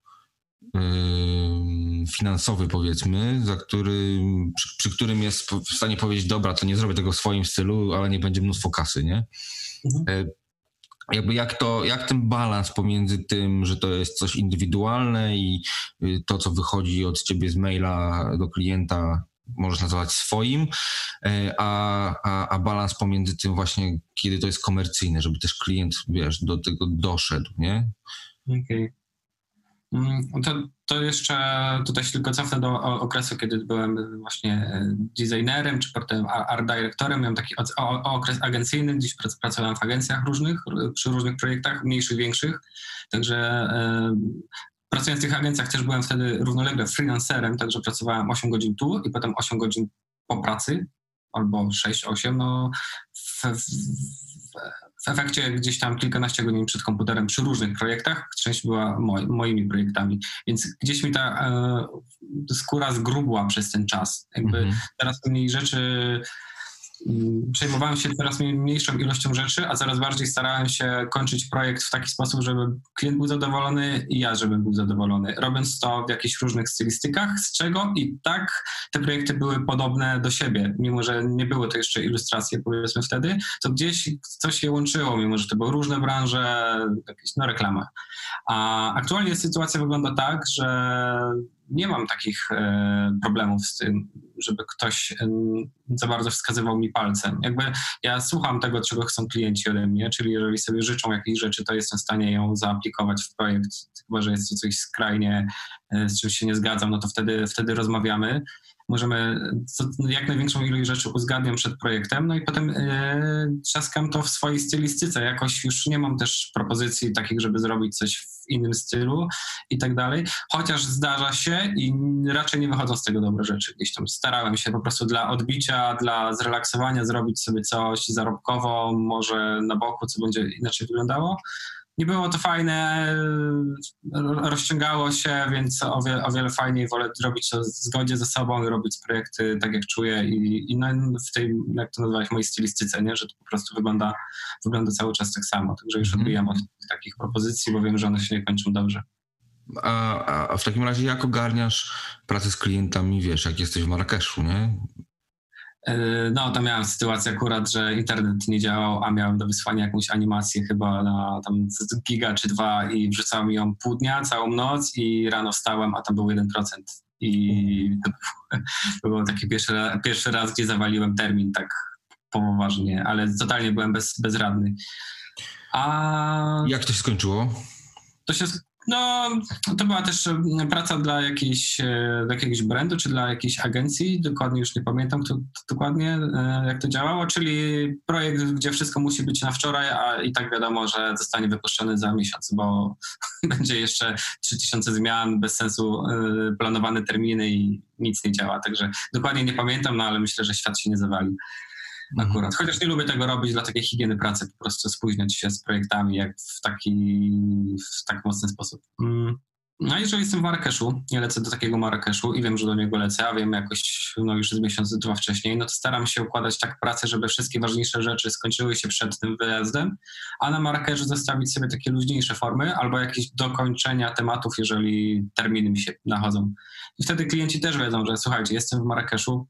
finansowy, powiedzmy, przy którym jest w stanie powiedzieć, dobra, to nie zrobię tego w swoim stylu, ale nie będzie mnóstwo kasy, nie? Jakby jak ten balans pomiędzy tym, że to jest coś indywidualne i to, co wychodzi od ciebie z maila do klienta, możesz nazywać swoim, a balans pomiędzy tym właśnie, kiedy to jest komercyjne, żeby też klient, wiesz, do tego doszedł, nie? Okej. To jeszcze tutaj się tylko cofnę do okresu, kiedy byłem właśnie designerem, czy potem art directorem. Miałem taki okres agencyjny, gdzieś pracowałem w agencjach różnych, przy różnych projektach, mniejszych, większych. Także pracując w tych agencjach też byłem wtedy równolegle freelancerem, także pracowałem 8 godzin tu i potem 8 godzin po pracy, albo 6-8, no w efekcie gdzieś tam kilkanaście godzin przed komputerem przy różnych projektach, część była moimi projektami, więc gdzieś mi ta skóra zgrubła przez ten czas. Jakby teraz mniej rzeczy, przejmowałem się coraz mniejszą ilością rzeczy, a coraz bardziej starałem się kończyć projekt w taki sposób, żeby klient był zadowolony i ja, żebym był zadowolony. Robiąc to w jakichś różnych stylistykach, z czego i tak te projekty były podobne do siebie. Mimo że nie było to jeszcze ilustracje, powiedzmy wtedy, to gdzieś coś je łączyło, mimo że to były różne branże, jakieś reklama. A aktualnie sytuacja wygląda tak, że nie mam takich problemów z tym, żeby ktoś za bardzo wskazywał mi palcem. Jakby ja słucham tego, czego chcą klienci ode mnie, czyli jeżeli sobie życzą jakiejś rzeczy, to jestem w stanie ją zaaplikować w projekt, chyba że jest to coś skrajnie, z czymś się nie zgadzam, no to wtedy rozmawiamy. Możemy jak największą ilość rzeczy uzgadniam przed projektem, no i potem trzaskam to w swojej stylistyce. Jakoś już nie mam też propozycji takich, żeby zrobić coś w innym stylu i tak dalej. Chociaż zdarza się i raczej nie wychodzą z tego dobre rzeczy. Gdzieś tam starałem się po prostu dla odbicia, dla zrelaksowania zrobić sobie coś zarobkowo, może na boku, co będzie inaczej wyglądało. Nie było to fajne, rozciągało się, więc o wiele fajniej wolę robić to w zgodzie ze sobą i robić projekty tak, jak czuję i no, w tej, jak to nazwać, mojej stylistyce, nie? Że to po prostu wygląda cały czas tak samo. Także już odbijam od takich propozycji, bo wiem, że one się nie kończą dobrze. A w takim razie jak ogarniasz pracę z klientami, wiesz, jak jesteś w Marrakeszu, nie? No, to miałem sytuację akurat, że internet nie działał, a miałem do wysłania jakąś animację chyba na tam giga czy 2 i wrzucał mi ją pół dnia, całą noc i rano wstałem, a tam był 1%. I to był taki pierwszy raz, gdzie zawaliłem termin tak poważnie, ale totalnie byłem bezradny. Jak to się skończyło? No, to była też praca dla jakiegoś brandu, czy dla jakiejś agencji, dokładnie już nie pamiętam dokładnie jak to działało, czyli projekt, gdzie wszystko musi być na wczoraj, a i tak wiadomo, że zostanie wypuszczony za miesiąc, bo będzie jeszcze 3000 zmian, bez sensu planowane terminy i nic nie działa, także dokładnie nie pamiętam, no ale myślę, że świat się nie zawali. Akurat. Chociaż nie lubię tego robić dla takiej higieny pracy, po prostu spóźniać się z projektami jak w tak mocny sposób. No jeżeli jestem w Marrakeszu, nie lecę do takiego Marrakeszu i wiem, że do niego lecę, a wiem jakoś już z miesiąc, 2 wcześniej, no to staram się układać tak pracę, żeby wszystkie ważniejsze rzeczy skończyły się przed tym wyjazdem, a na Marrakeszu zostawić sobie takie luźniejsze formy albo jakieś dokończenia tematów, jeżeli terminy mi się nachodzą. I wtedy klienci też wiedzą, że słuchajcie, jestem w Marrakeszu,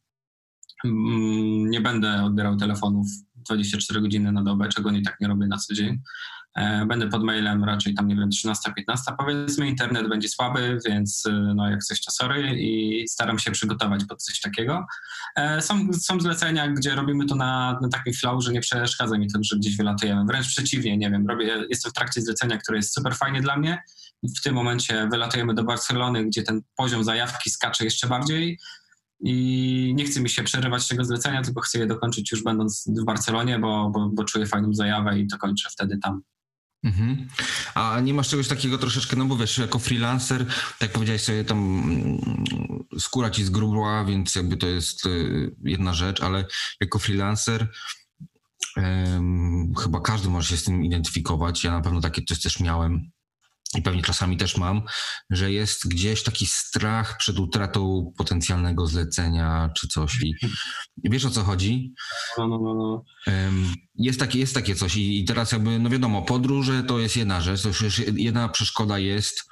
nie będę odbierał telefonów 24 godziny na dobę, czego i tak nie robię na co dzień. Będę pod mailem raczej tam, nie wiem, 13-15 powiedzmy, internet będzie słaby, więc no jak coś to sorry i staram się przygotować pod coś takiego. Są zlecenia, gdzie robimy to na takim flow, że nie przeszkadza mi to, że gdzieś wylatujemy. Wręcz przeciwnie, nie wiem, jestem w trakcie zlecenia, które jest super fajnie dla mnie. W tym momencie wylatujemy do Barcelony, gdzie ten poziom zajawki skacze jeszcze bardziej. I nie chce mi się przerywać tego zlecenia, tylko chcę je dokończyć już będąc w Barcelonie, bo czuję fajną zajawę i to kończę wtedy tam. Mhm. A nie masz czegoś takiego troszeczkę, no bo wiesz, jako freelancer, tak powiedziałeś sobie, tam skóra ci zgrubła, więc jakby to jest jedna rzecz, ale jako freelancer chyba każdy może się z tym identyfikować. Ja na pewno takie coś też miałem. i pewnie czasami też mam, że jest gdzieś taki strach przed utratą potencjalnego zlecenia czy coś. I wiesz, o co chodzi? No. Jest takie coś i teraz jakby, no wiadomo, podróże to jest jedna rzecz, to już jedna przeszkoda jest,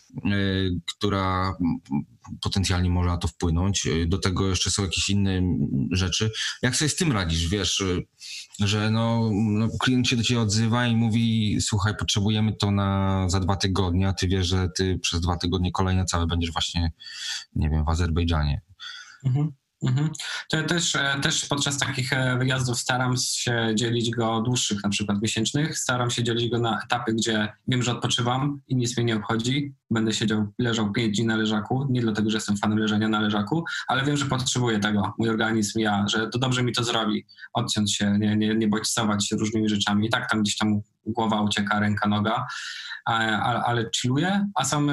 która potencjalnie może na to wpłynąć. Do tego jeszcze są jakieś inne rzeczy. Jak sobie z tym radzisz, wiesz, że no klient się do ciebie odzywa i mówi, słuchaj, potrzebujemy to za 2 tygodnie, a ty wiesz, że ty przez 2 tygodnie kolejne całe będziesz właśnie, nie wiem, w Azerbejdżanie. To ja też podczas takich wyjazdów staram się dzielić go dłuższych, na przykład miesięcznych. Staram się dzielić go na etapy, gdzie wiem, że odpoczywam i nic mnie nie obchodzi. Będę leżał 5 dni na leżaku, nie dlatego, że jestem fanem leżenia na leżaku, ale wiem, że potrzebuję tego, mój organizm, ja, że to dobrze mi to zrobi. Odciąć się, nie bodźcować się różnymi rzeczami. I tak tam gdzieś tam głowa ucieka, ręka, noga. Ale chilluję, a są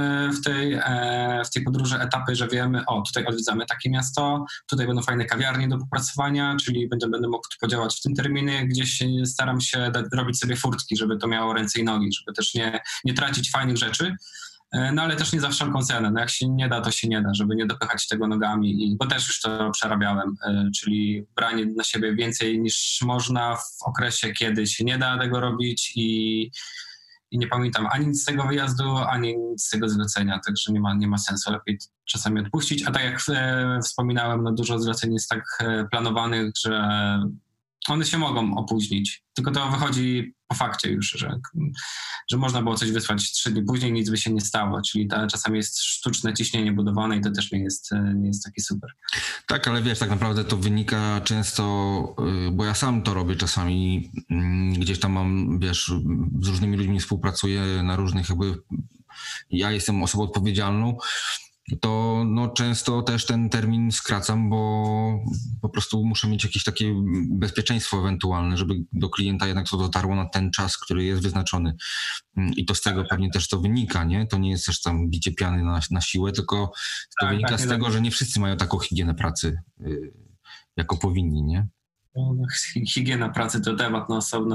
w tej podróży etapy, że wiemy, tutaj odwiedzamy takie miasto, tutaj będą fajne kawiarnie do popracowania, czyli będę mógł podziałać w tym terminie, gdzieś staram się robić sobie furtki, żeby to miało ręce i nogi, żeby też nie tracić fajnych rzeczy, no ale też nie za wszelką cenę, no jak się nie da, to się nie da, żeby nie dopychać tego nogami, bo też już to przerabiałem, czyli branie na siebie więcej niż można w okresie, kiedy się nie da tego robić i nie pamiętam ani nic z tego wyjazdu, ani nic z tego zlecenia, także nie ma sensu, lepiej czasami odpuścić. A tak jak wspominałem, no dużo zleceń jest tak planowanych, że one się mogą opóźnić. Tylko to wychodzi po fakcie już, że można było coś wysłać 3 dni później, nic by się nie stało, czyli czasami jest sztuczne ciśnienie budowane i to też nie jest taki super. Tak, ale wiesz, tak naprawdę to wynika często, bo ja sam to robię czasami, gdzieś tam mam, wiesz, z różnymi ludźmi współpracuję na różnych jakby, ja jestem osobą odpowiedzialną, to no często też ten termin skracam, bo po prostu muszę mieć jakieś takie bezpieczeństwo ewentualne, żeby do klienta jednak to dotarło na ten czas, który jest wyznaczony. I to z tego pewnie też to wynika, nie? To nie jest też tam bicie piany na siłę, tylko to wynika z tego, że nie wszyscy mają taką higienę pracy, jako powinni, nie? Higiena pracy to temat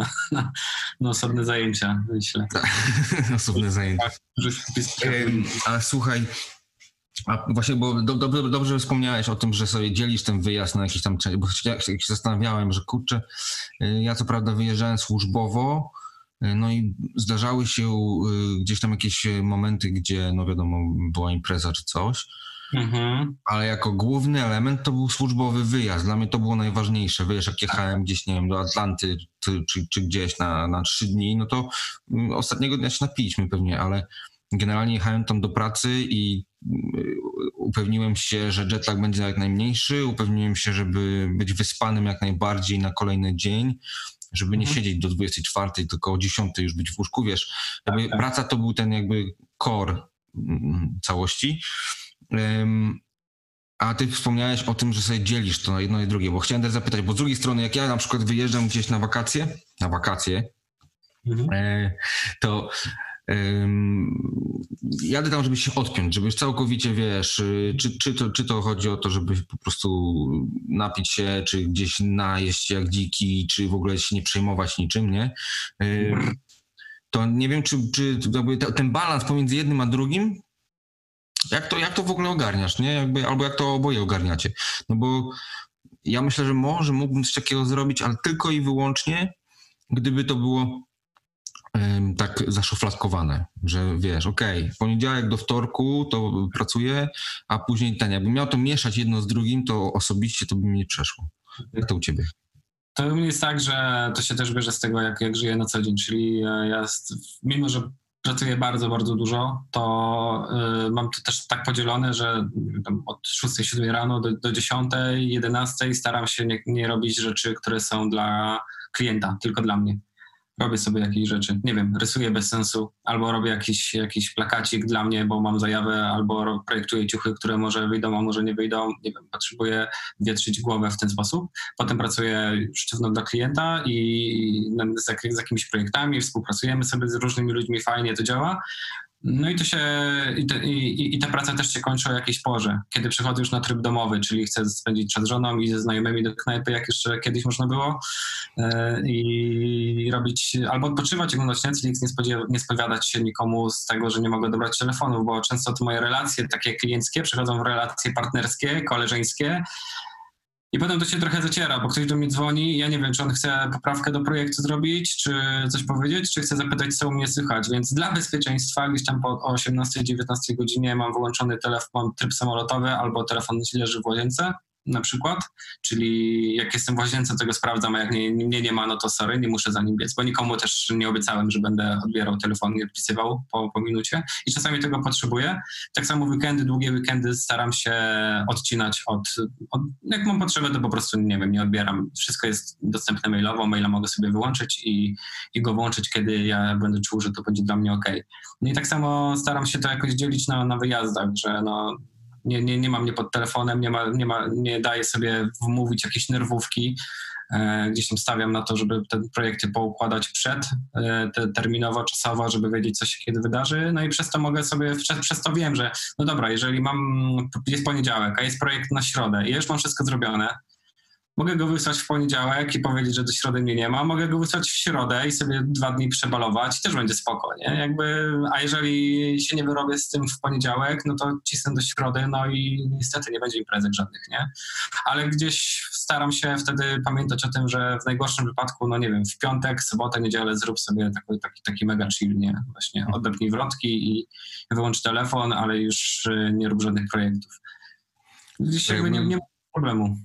na osobne zajęcia, myślę. Tak, osobne zajęcia. Ale słuchaj, a właśnie, bo dobrze wspomniałeś o tym, że sobie dzielisz ten wyjazd na jakieś tam części, bo się zastanawiałem, że kurczę, ja co prawda wyjeżdżałem służbowo, no i zdarzały się gdzieś tam jakieś momenty, gdzie no wiadomo, była impreza czy coś, ale jako główny element to był służbowy wyjazd. Dla mnie to było najważniejsze. Wiesz, jak jechałem gdzieś, nie wiem, do Atlanty czy gdzieś na 3 dni, no to ostatniego dnia się napiliśmy pewnie, ale generalnie jechałem tam do pracy i upewniłem się, że jetlag będzie jak najmniejszy, upewniłem się, żeby być wyspanym jak najbardziej na kolejny dzień, żeby nie siedzieć do 24, tylko o 10 już być w łóżku, wiesz. Jakby praca to był ten jakby core całości. A ty wspomniałeś o tym, że sobie dzielisz to na jedno i drugie, bo chciałem też zapytać, bo z drugiej strony, jak ja na przykład wyjeżdżam gdzieś na wakacje, to jadę tam, żeby się odpiąć, żeby całkowicie, wiesz, czy to chodzi o to, żeby po prostu napić się, czy gdzieś najeść jak dziki, czy w ogóle się nie przejmować niczym, nie? To nie wiem, czy ten balans pomiędzy jednym a drugim, jak to w ogóle ogarniasz, nie? Albo jak to oboje ogarniacie. No bo ja myślę, że może mógłbym coś takiego zrobić, ale tylko i wyłącznie, gdyby to było tak zaszufladkowane, że wiesz, okej, poniedziałek do wtorku to pracuję, a później jakbym miał to mieszać jedno z drugim, to osobiście to by mi nie przeszło. Jak to u ciebie? To u mnie jest tak, że to się też bierze z tego, jak żyję na co dzień, czyli ja mimo, że pracuję bardzo, bardzo dużo, to mam to też tak podzielone, że od 6-7 rano do 10, 11 staram się nie robić rzeczy, które są dla klienta, tylko dla mnie. Robię sobie jakieś rzeczy, nie wiem, rysuję bez sensu, albo robię jakiś plakacik dla mnie, bo mam zajawę, albo projektuję ciuchy, które może wyjdą, a może nie wyjdą, nie wiem, potrzebuję wietrzyć głowę w ten sposób. Potem pracuję sztywno dla klienta i z jakimiś projektami, współpracujemy sobie z różnymi ludźmi, fajnie to działa. No i to się, i te prace też się kończą o jakiejś porze, kiedy przychodzę już na tryb domowy, czyli chcę spędzić czas z żoną i ze znajomymi do knajpy, jak jeszcze kiedyś można było, i robić, albo odpoczywać, oglądać Netflix, nie spowiadać się nikomu z tego, że nie mogę dobrać telefonów, bo często te moje relacje takie klienckie przechodzą w relacje partnerskie, koleżeńskie. I potem to się trochę zaciera, bo ktoś do mnie dzwoni i ja nie wiem, czy on chce poprawkę do projektu zrobić, czy coś powiedzieć, czy chce zapytać, co u mnie słychać. Więc dla bezpieczeństwa gdzieś tam po 18-19 godzinie mam wyłączony telefon, tryb samolotowy albo telefon leży w łazience na przykład. Czyli jak jestem w łazience, to go sprawdzam, a jak mnie nie ma, no to sorry, nie muszę za nim biec, bo nikomu też nie obiecałem, że będę odbierał telefon i odpisywał po minucie. I czasami tego potrzebuję. Tak samo weekendy, długie weekendy staram się odcinać od jak mam potrzebę, to po prostu, nie wiem, nie odbieram. Wszystko jest dostępne mailowo, maila mogę sobie wyłączyć i go włączyć, kiedy ja będę czuł, że to będzie dla mnie okej. No i tak samo staram się to jakoś dzielić na wyjazdach, że no nie ma mnie pod telefonem, nie daję sobie wmówić jakieś nerwówki. Gdzieś tam stawiam na to, żeby te projekty poukładać terminowo, czasowo, żeby wiedzieć, co się kiedy wydarzy. No i przez to mogę sobie, przez to wiem, że no dobra, jeżeli jest poniedziałek, a jest projekt na środę i już mam wszystko zrobione, mogę go wysłać w poniedziałek i powiedzieć, że do środy mnie nie ma. Mogę go wysłać w środę i sobie 2 dni przebalować i też będzie spoko, nie? A jeżeli się nie wyrobię z tym w poniedziałek, no to cisnę do środy, no i niestety nie będzie imprezek żadnych, nie? Ale gdzieś staram się wtedy pamiętać o tym, że w najgorszym wypadku, no nie wiem, w piątek, sobotę, niedzielę zrób sobie taki mega chill, nie? Właśnie odepnij wrotki i wyłącz telefon, ale już nie rób żadnych projektów. Gdzieś jakby nie ma problemu.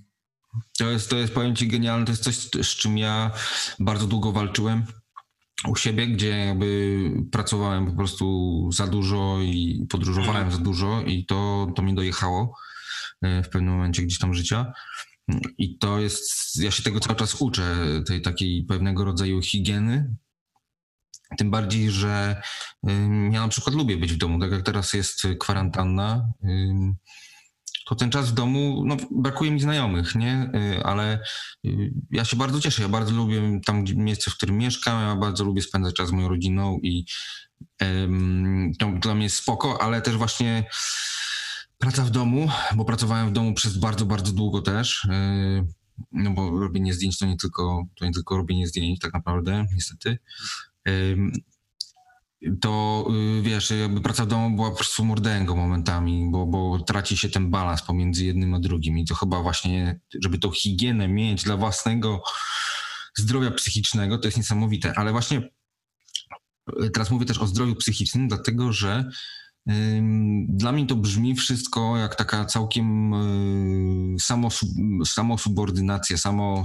To jest, powiem ci, genialne. To jest coś, z czym ja bardzo długo walczyłem u siebie, gdzie jakby pracowałem po prostu za dużo i podróżowałem za dużo i to mnie dojechało w pewnym momencie gdzieś tam życia. I to jest, ja się tego cały czas uczę, tej takiej pewnego rodzaju higieny. Tym bardziej, że ja na przykład lubię być w domu, tak jak teraz jest kwarantanna, to ten czas w domu, no brakuje mi znajomych, nie? Ale ja się bardzo cieszę, ja bardzo lubię tam miejsce, w którym mieszkam, ja bardzo lubię spędzać czas z moją rodziną i to dla mnie jest spoko, ale też właśnie praca w domu, bo pracowałem w domu przez bardzo, bardzo długo też, no bo robienie zdjęć to nie tylko robienie zdjęć tak naprawdę, niestety. To wiesz, jakby praca w domu była po prostu mordęgą momentami, bo traci się ten balans pomiędzy jednym a drugim i to chyba właśnie, żeby tą higienę mieć dla własnego zdrowia psychicznego, to jest niesamowite, ale właśnie teraz mówię też o zdrowiu psychicznym, dlatego że dla mnie to brzmi wszystko jak taka całkiem samosubordynacja,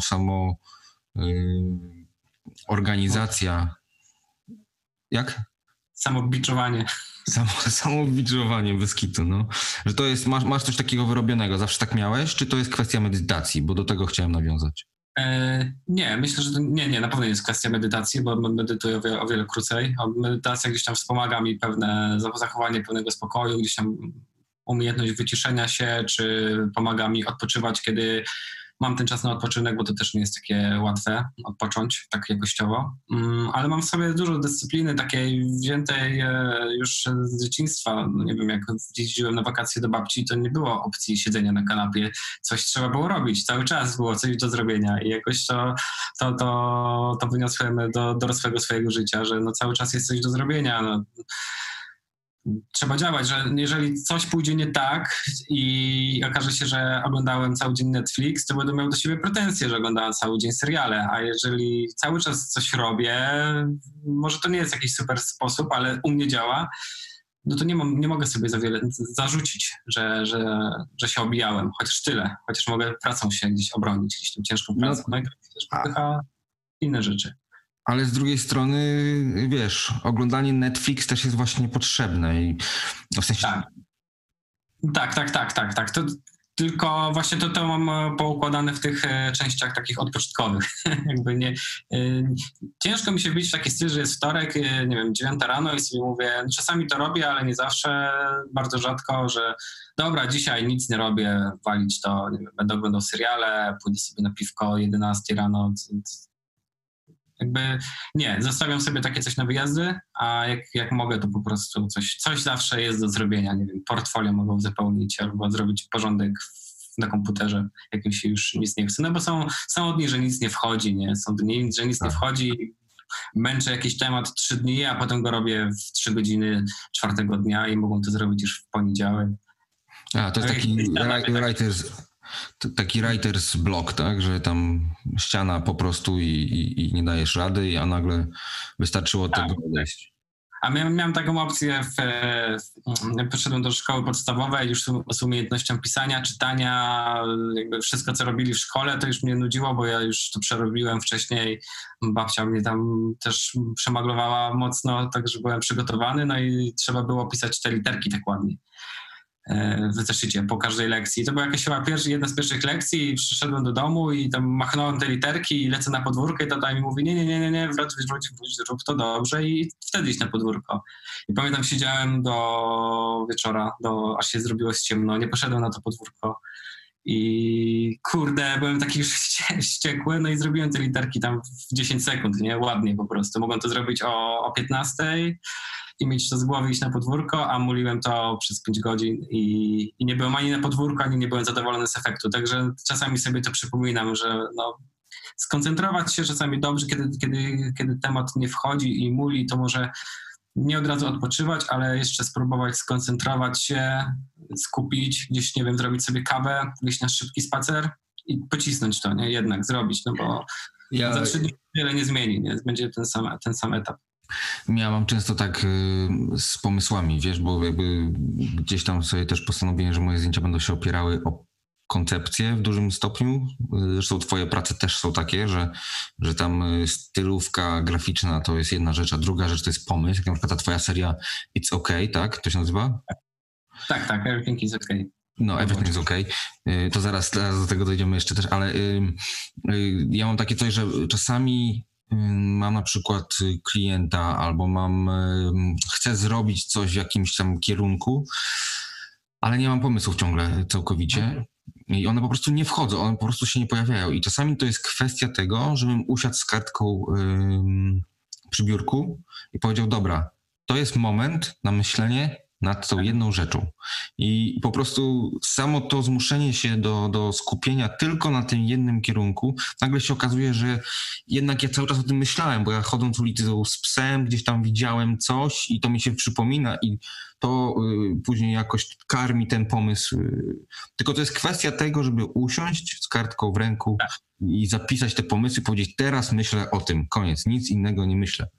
organizacja. Jak? Samobiczowanie. Samobiczowanie bez kitu, no. Że to jest, masz coś takiego wyrobionego, zawsze tak miałeś, czy to jest kwestia medytacji, bo do tego chciałem nawiązać. Nie, myślę, że nie, na pewno nie jest kwestia medytacji, bo medytuję o wiele krócej. Medytacja gdzieś tam wspomaga mi zachowanie pewnego spokoju, gdzieś tam umiejętność wyciszenia się, czy pomaga mi odpoczywać, kiedy mam ten czas na odpoczynek, bo to też nie jest takie łatwe odpocząć tak jakościowo, ale mam w sobie dużo dyscypliny takiej wziętej już z dzieciństwa. No nie wiem, jak jeździłem na wakacje do babci, to nie było opcji siedzenia na kanapie. Coś trzeba było robić. Cały czas było coś do zrobienia i jakoś to wyniosłem do dorosłego swojego życia, że no cały czas jest coś do zrobienia. No. Trzeba działać, że jeżeli coś pójdzie nie tak i okaże się, że oglądałem cały dzień Netflix, to będę miał do siebie pretensje, że oglądałem cały dzień seriale, a jeżeli cały czas coś robię, może to nie jest jakiś super sposób, ale u mnie działa, no to nie mogę sobie za wiele zarzucić, że się obijałem, chociaż tyle, chociaż mogę pracą się gdzieś obronić, gdzieś tą ciężką pracą, no i to też popycha inne rzeczy. Ale z drugiej strony, wiesz, oglądanie Netflix też jest właśnie potrzebne. I w sensie... Tak. Tylko właśnie to mam poukładane w tych częściach takich odpoczynkowych. Jakby nie, ciężko mi się wbić w taki styl, że jest wtorek, nie wiem, 9 rano i sobie mówię, czasami to robię, ale nie zawsze, bardzo rzadko, że dobra, dzisiaj nic nie robię, walić to, nie wiem, będę oglądał seriale, pójdę sobie na piwko o 11 rano, jakby nie, zostawiam sobie takie coś na wyjazdy, a jak mogę, to po prostu coś zawsze jest do zrobienia, nie wiem, portfolio mogę uzupełnić albo zrobić porządek na komputerze, jak mi się już nic nie chce, no bo są dni, że nic nie wchodzi, nie? Są dni, że nic nie wchodzi, męczę jakiś temat 3 dni, a potem go robię w 3 godziny 4 dnia i mogą to zrobić już w poniedziałek. A, to jest taki writer's block, tak? Że tam ściana po prostu i nie dajesz rady, a nagle wystarczyło od tego odejść. A miałem taką opcję, poszedłem do szkoły podstawowej już z umiejętnością pisania, czytania, jakby wszystko, co robili w szkole, to już mnie nudziło, bo ja już to przerobiłem wcześniej. Babcia mnie tam też przemaglowała mocno, tak że byłem przygotowany, no i trzeba było pisać te literki tak ładnie w zeszycie po każdej lekcji. To była jakaś chyba jedna z pierwszych lekcji i przyszedłem do domu i tam machnąłem te literki i lecę na podwórko i tata mi mówi nie, wróć, rób to dobrze i wtedy iść na podwórko. I pamiętam, siedziałem do wieczora, aż się zrobiło ciemno, nie poszedłem na to podwórko i kurde, byłem taki już wściekły, no i zrobiłem te literki tam w 10 sekund, nie? Ładnie po prostu. Mogłem to zrobić o 15 i mieć to z głowy, iść na podwórko, a muliłem to przez 5 godzin i nie byłem ani na podwórku, ani nie byłem zadowolony z efektu. Także czasami sobie to przypominam, że no, skoncentrować się czasami dobrze, kiedy temat nie wchodzi i muli, to może nie od razu odpoczywać, ale jeszcze spróbować skoncentrować się, skupić, gdzieś, nie wiem, zrobić sobie kawę, wyjść na szybki spacer i pocisnąć to, nie? Jednak zrobić, no bo za 3 dni wiele nie zmieni, nie? Będzie ten sam etap. Ja mam często tak z pomysłami, wiesz, bo jakby gdzieś tam sobie też postanowiłem, że moje zdjęcia będą się opierały o koncepcję w dużym stopniu. Zresztą twoje prace też są takie, że tam stylówka graficzna to jest jedna rzecz, a druga rzecz to jest pomysł. Jak na przykład ta twoja seria It's Okay, tak? To się nazywa? Tak, Everything is Okay. No, Everything is Okay. To zaraz do tego dojdziemy jeszcze też, ale ja mam takie coś, że czasami mam na przykład klienta albo chcę zrobić coś w jakimś tam kierunku, ale nie mam pomysłów ciągle całkowicie i one po prostu nie wchodzą, one po prostu się nie pojawiają i czasami to jest kwestia tego, żebym usiadł z kartką przy biurku i powiedział, dobra, to jest moment na myślenie nad tą jedną rzeczą. I po prostu samo to zmuszenie się do skupienia tylko na tym jednym kierunku, nagle się okazuje, że jednak ja cały czas o tym myślałem, bo ja chodząc ulicą z psem, gdzieś tam widziałem coś i to mi się przypomina i to później jakoś karmi ten pomysł. Tylko to jest kwestia tego, żeby usiąść z kartką w ręku i zapisać te pomysły, powiedzieć, teraz myślę o tym, koniec, nic innego nie myślę.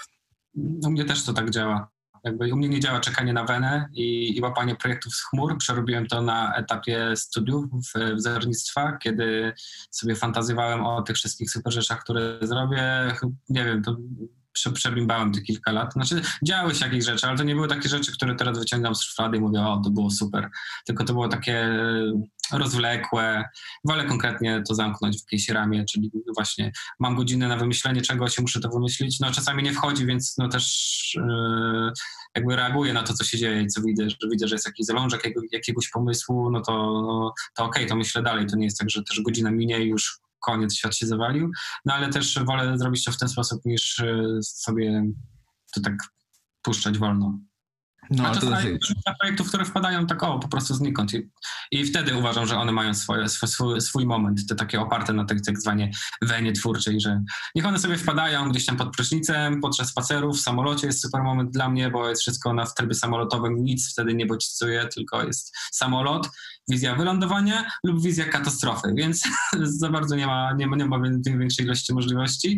U mnie też to tak działa. Jakby u mnie nie działa czekanie na wenę i łapanie projektów z chmur. Przerobiłem to na etapie studiów wzornictwa, kiedy sobie fantazjowałem o tych wszystkich super rzeczach, które zrobię. Nie wiem, to przebimbałem te kilka lat. Znaczy działy się jakieś rzeczy, ale to nie były takie rzeczy, które teraz wyciągam z szuflady i mówię, o, to było super. Tylko to było takie rozwlekłe. Wolę konkretnie to zamknąć w jakiejś ramie, czyli właśnie mam godzinę na wymyślenie czegoś, muszę to wymyślić. No czasami nie wchodzi, więc no też jakby reaguję na to, co się dzieje i co widzę, że jest jakiś zalążek jakiegoś pomysłu, no to okej, to myślę dalej. To nie jest tak, że też godzina minie i już koniec, świat się zawalił, no ale też wolę zrobić to w ten sposób, niż sobie to tak puszczać wolno. No, a to jest projektów, które wpadają tak po prostu znikąd i wtedy uważam, że one mają swój moment, te takie oparte na tak zwanie wenie twórczej, że niech one sobie wpadają gdzieś tam pod prysznicem, podczas spacerów, w samolocie jest super moment dla mnie, bo jest wszystko w trybie samolotowym, nic wtedy nie bodźcuje, tylko jest samolot, wizja wylądowania lub wizja katastrofy, więc za bardzo nie ma większej ilości możliwości.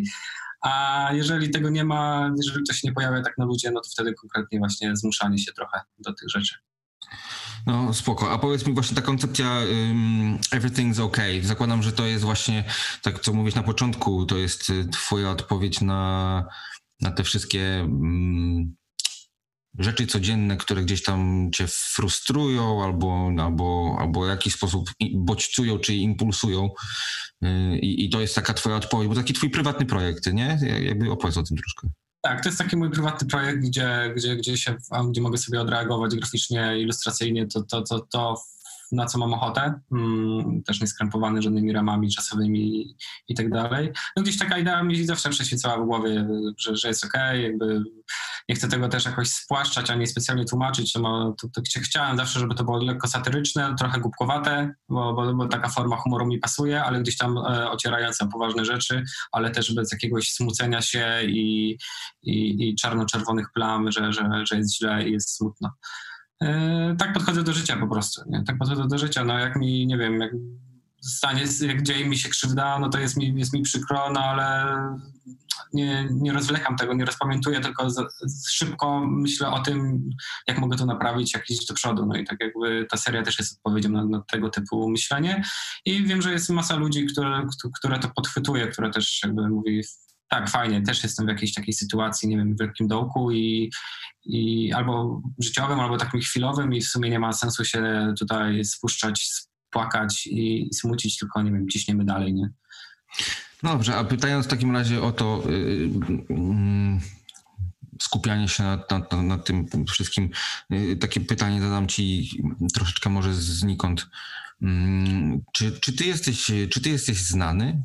A jeżeli tego nie ma, jeżeli to się nie pojawia tak na ludzie, no to wtedy konkretnie właśnie zmuszanie się trochę do tych rzeczy. No spoko. A powiedz mi właśnie ta koncepcja everything's okay. Zakładam, że to jest właśnie, tak co mówisz na początku, to jest twoja odpowiedź na te wszystkie rzeczy codzienne, które gdzieś tam cię frustrują albo w jakiś sposób bodźcują czy impulsują. I to jest taka twoja odpowiedź, bo taki twój prywatny projekt, nie? Jakby opowiedz o tym troszkę. Tak, to jest taki mój prywatny projekt, gdzie mogę sobie odreagować graficznie, ilustracyjnie to na co mam ochotę, też nie skrępowany żadnymi ramami czasowymi i tak dalej. No gdzieś taka idea mi zawsze przeświecała w głowie, że jest okej, jakby nie chcę tego też jakoś spłaszczać, ani specjalnie tłumaczyć, to chciałem zawsze, żeby to było lekko satyryczne, trochę głupkowate, bo taka forma humoru mi pasuje, ale gdzieś tam ocierające o poważne rzeczy, ale też bez jakiegoś smucenia się i czarno-czerwonych plam, że jest źle i jest smutno. Tak podchodzę do życia po prostu, nie? Tak podchodzę do życia, no jak mi, nie wiem, jak dzieje mi się krzywda, no to jest mi przykro, no ale nie rozwlekam tego, nie rozpamiętuję, tylko szybko myślę o tym, jak mogę to naprawić, jak iść do przodu. No i tak jakby ta seria też jest odpowiedzią na tego typu myślenie i wiem, że jest masa ludzi, które to podchwytuje, które też jakby mówi, tak, fajnie, też jestem w jakiejś takiej sytuacji, nie wiem, w wielkim dołku i albo życiowym, albo takim chwilowym i w sumie nie ma sensu się tutaj spuszczać, płakać i smucić, tylko, nie wiem, ciśniemy dalej, nie? No dobrze, a pytając w takim razie o to skupianie się na tym wszystkim, takie pytanie zadam ci troszeczkę może znikąd. Czy ty jesteś znany?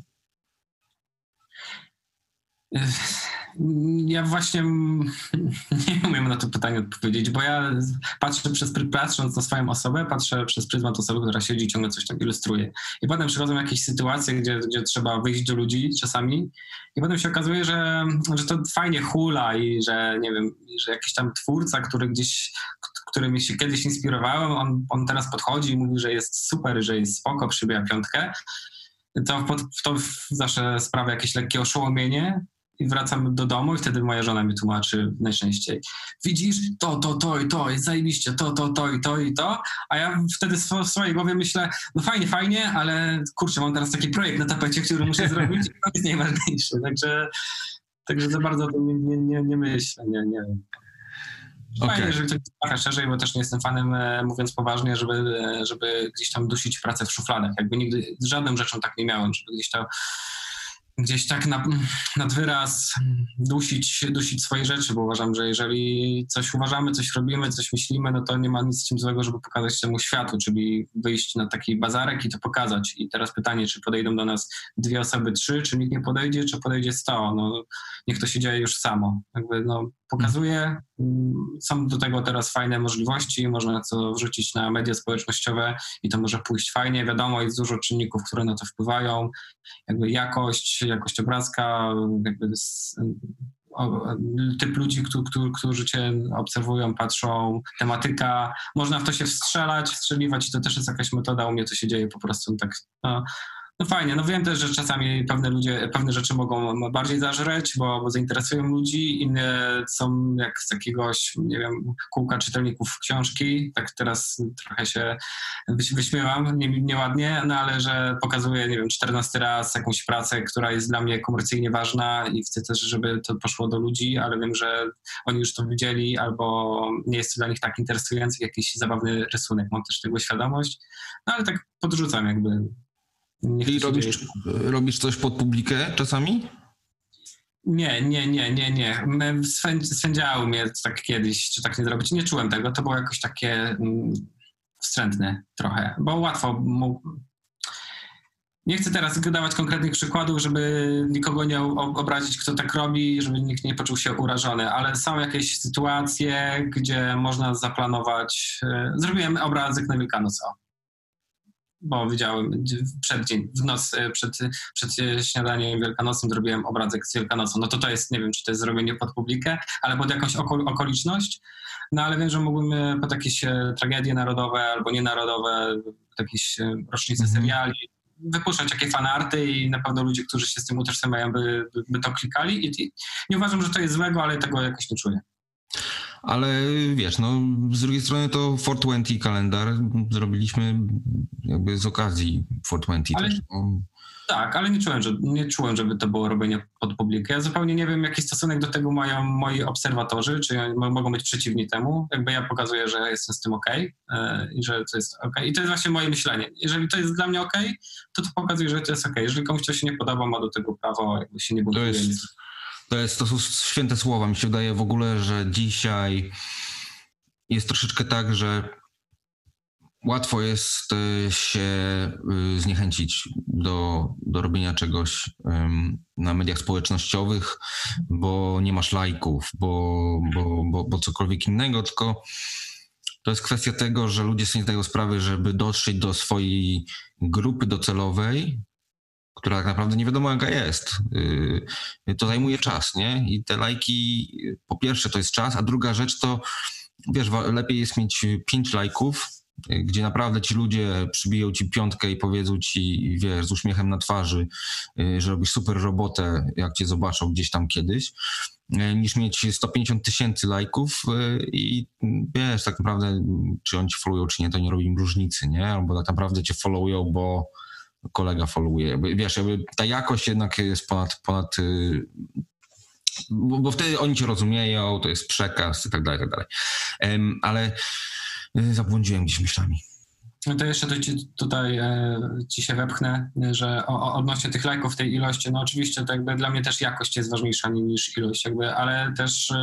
Ja właśnie nie umiem na to pytanie odpowiedzieć, bo ja patrząc na swoją osobę, patrzę przez pryzmat osoby, która siedzi i ciągle coś tam ilustruje. I potem przychodzą jakieś sytuacje, gdzie trzeba wyjść do ludzi czasami i potem się okazuje, że to fajnie hula i że, nie wiem, że jakiś tam twórca, którym się kiedyś inspirowałem, on teraz podchodzi i mówi, że jest super, że jest spoko, przybija piątkę. To zawsze sprawia jakieś lekkie oszołomienie. I wracam do domu i wtedy moja żona mi tłumaczy najczęściej. Widzisz, to i to, jest zajebiście, to i to. A ja wtedy w swojej głowie myślę, no fajnie, ale kurczę, mam teraz taki projekt na tapecie, który muszę zrobić i to jest najważniejsze. Także za bardzo o tym nie myślę, nie wiem. Fajnie, że ktoś trochę szerzej, bo też nie jestem fanem, mówiąc poważnie, żeby gdzieś tam dusić pracę w szufladach. Jakby nigdy z żadną rzeczą tak nie miałem, żeby gdzieś tak nad wyraz dusić swoje rzeczy, bo uważam, że jeżeli coś uważamy, coś robimy, coś myślimy, no to nie ma nic z tym złego, żeby pokazać temu światu, czyli wyjść na taki bazarek i to pokazać. I teraz pytanie, czy podejdą do nas 2 osoby, 3, czy nikt nie podejdzie, czy podejdzie 100. No, niech to się dzieje już samo. Jakby, pokazuje, są do tego teraz fajne możliwości, można to wrzucić na media społecznościowe i to może pójść fajnie. Wiadomo, jest dużo czynników, które na to wpływają. Jakby jakość obrazka, jakby typ ludzi, którzy cię obserwują, patrzą, tematyka. Można w to się wstrzeliwać i to też jest jakaś metoda. U mnie to się dzieje po prostu tak. No fajnie, no wiem też, że czasami pewne rzeczy mogą bardziej zażreć, bo zainteresują ludzi, inne są jak z jakiegoś, nie wiem, kółka czytelników książki, tak teraz trochę się wyśmiewam nieładnie, no ale że pokazuję, nie wiem, 14 raz jakąś pracę, która jest dla mnie komercyjnie ważna i chcę też, żeby to poszło do ludzi, ale wiem, że oni już to widzieli albo nie jest to dla nich tak interesujący jak jakiś zabawny rysunek, mam też tego świadomość, no ale tak podrzucam jakby. I robisz coś pod publikę czasami? Nie. Swędziało mnie tak kiedyś, czy tak nie zrobić. Nie czułem tego, to było jakoś takie wstrętne trochę, bo łatwo. Nie chcę teraz dawać konkretnych przykładów, żeby nikogo nie obrazić, kto tak robi, żeby nikt nie poczuł się urażony, ale są jakieś sytuacje, gdzie można zaplanować. Zrobiłem obrazek na Wielkanoc, bo widziałem w noc przed śniadaniem wielkanocnym zrobiłem obrazek z Wielkanocą. No to jest, nie wiem, czy to jest zrobienie pod publikę, ale pod jakąś okoliczność. No ale wiem, że mógłbym pod jakieś tragedie narodowe albo nienarodowe, pod jakieś rocznice seriali wypuszczać jakieś fanarty i na pewno ludzie, którzy się z tym utożsamiają, by to klikali. I nie uważam, że to jest złego, ale tego jakoś nie czuję. Ale wiesz, no z drugiej strony to 420 kalendar zrobiliśmy jakby z okazji 420 ale, też. Tak, ale nie czułem, żeby to było robienie pod publikę. Ja zupełnie nie wiem, jaki stosunek do tego mają moi obserwatorzy, czy mogą być przeciwni temu. Jakby ja pokazuję, że jestem z tym okej i że to jest okej. I to jest właśnie moje myślenie. Jeżeli to jest dla mnie okej, to pokazuję, że to jest okej. Jeżeli komuś to się nie podoba, ma do tego prawo, jakby się nie buntuje. To są święte słowa. Mi się wydaje w ogóle, że dzisiaj jest troszeczkę tak, że Łatwo jest się zniechęcić do robienia czegoś na mediach społecznościowych, bo nie masz lajków, bo cokolwiek innego, tylko to jest kwestia tego, że ludzie sobie nie zdają sprawy, żeby dotrzeć do swojej grupy docelowej, która tak naprawdę nie wiadomo jaka jest. To zajmuje czas, nie? I te lajki, po pierwsze to jest czas, a druga rzecz to, wiesz, lepiej jest mieć 5 lajków, gdzie naprawdę ci ludzie przybiją ci piątkę i powiedzą ci, wiesz, z uśmiechem na twarzy, że robisz super robotę, jak cię zobaczą gdzieś tam kiedyś, niż mieć 150 000 lajków i wiesz, tak naprawdę, czy oni cię followują, czy nie, to nie robi im różnicy, nie? Albo tak naprawdę cię followują, bo kolega followuje. Wiesz, jakby ta jakość jednak jest ponad bo wtedy oni cię rozumieją, to jest przekaz i tak dalej, ale zabłądziłem gdzieś myślami. No to jeszcze tutaj ci się wepchnę, że odnośnie tych lajków, tej ilości, no oczywiście to jakby dla mnie też jakość jest ważniejsza niż ilość, jakby, ale też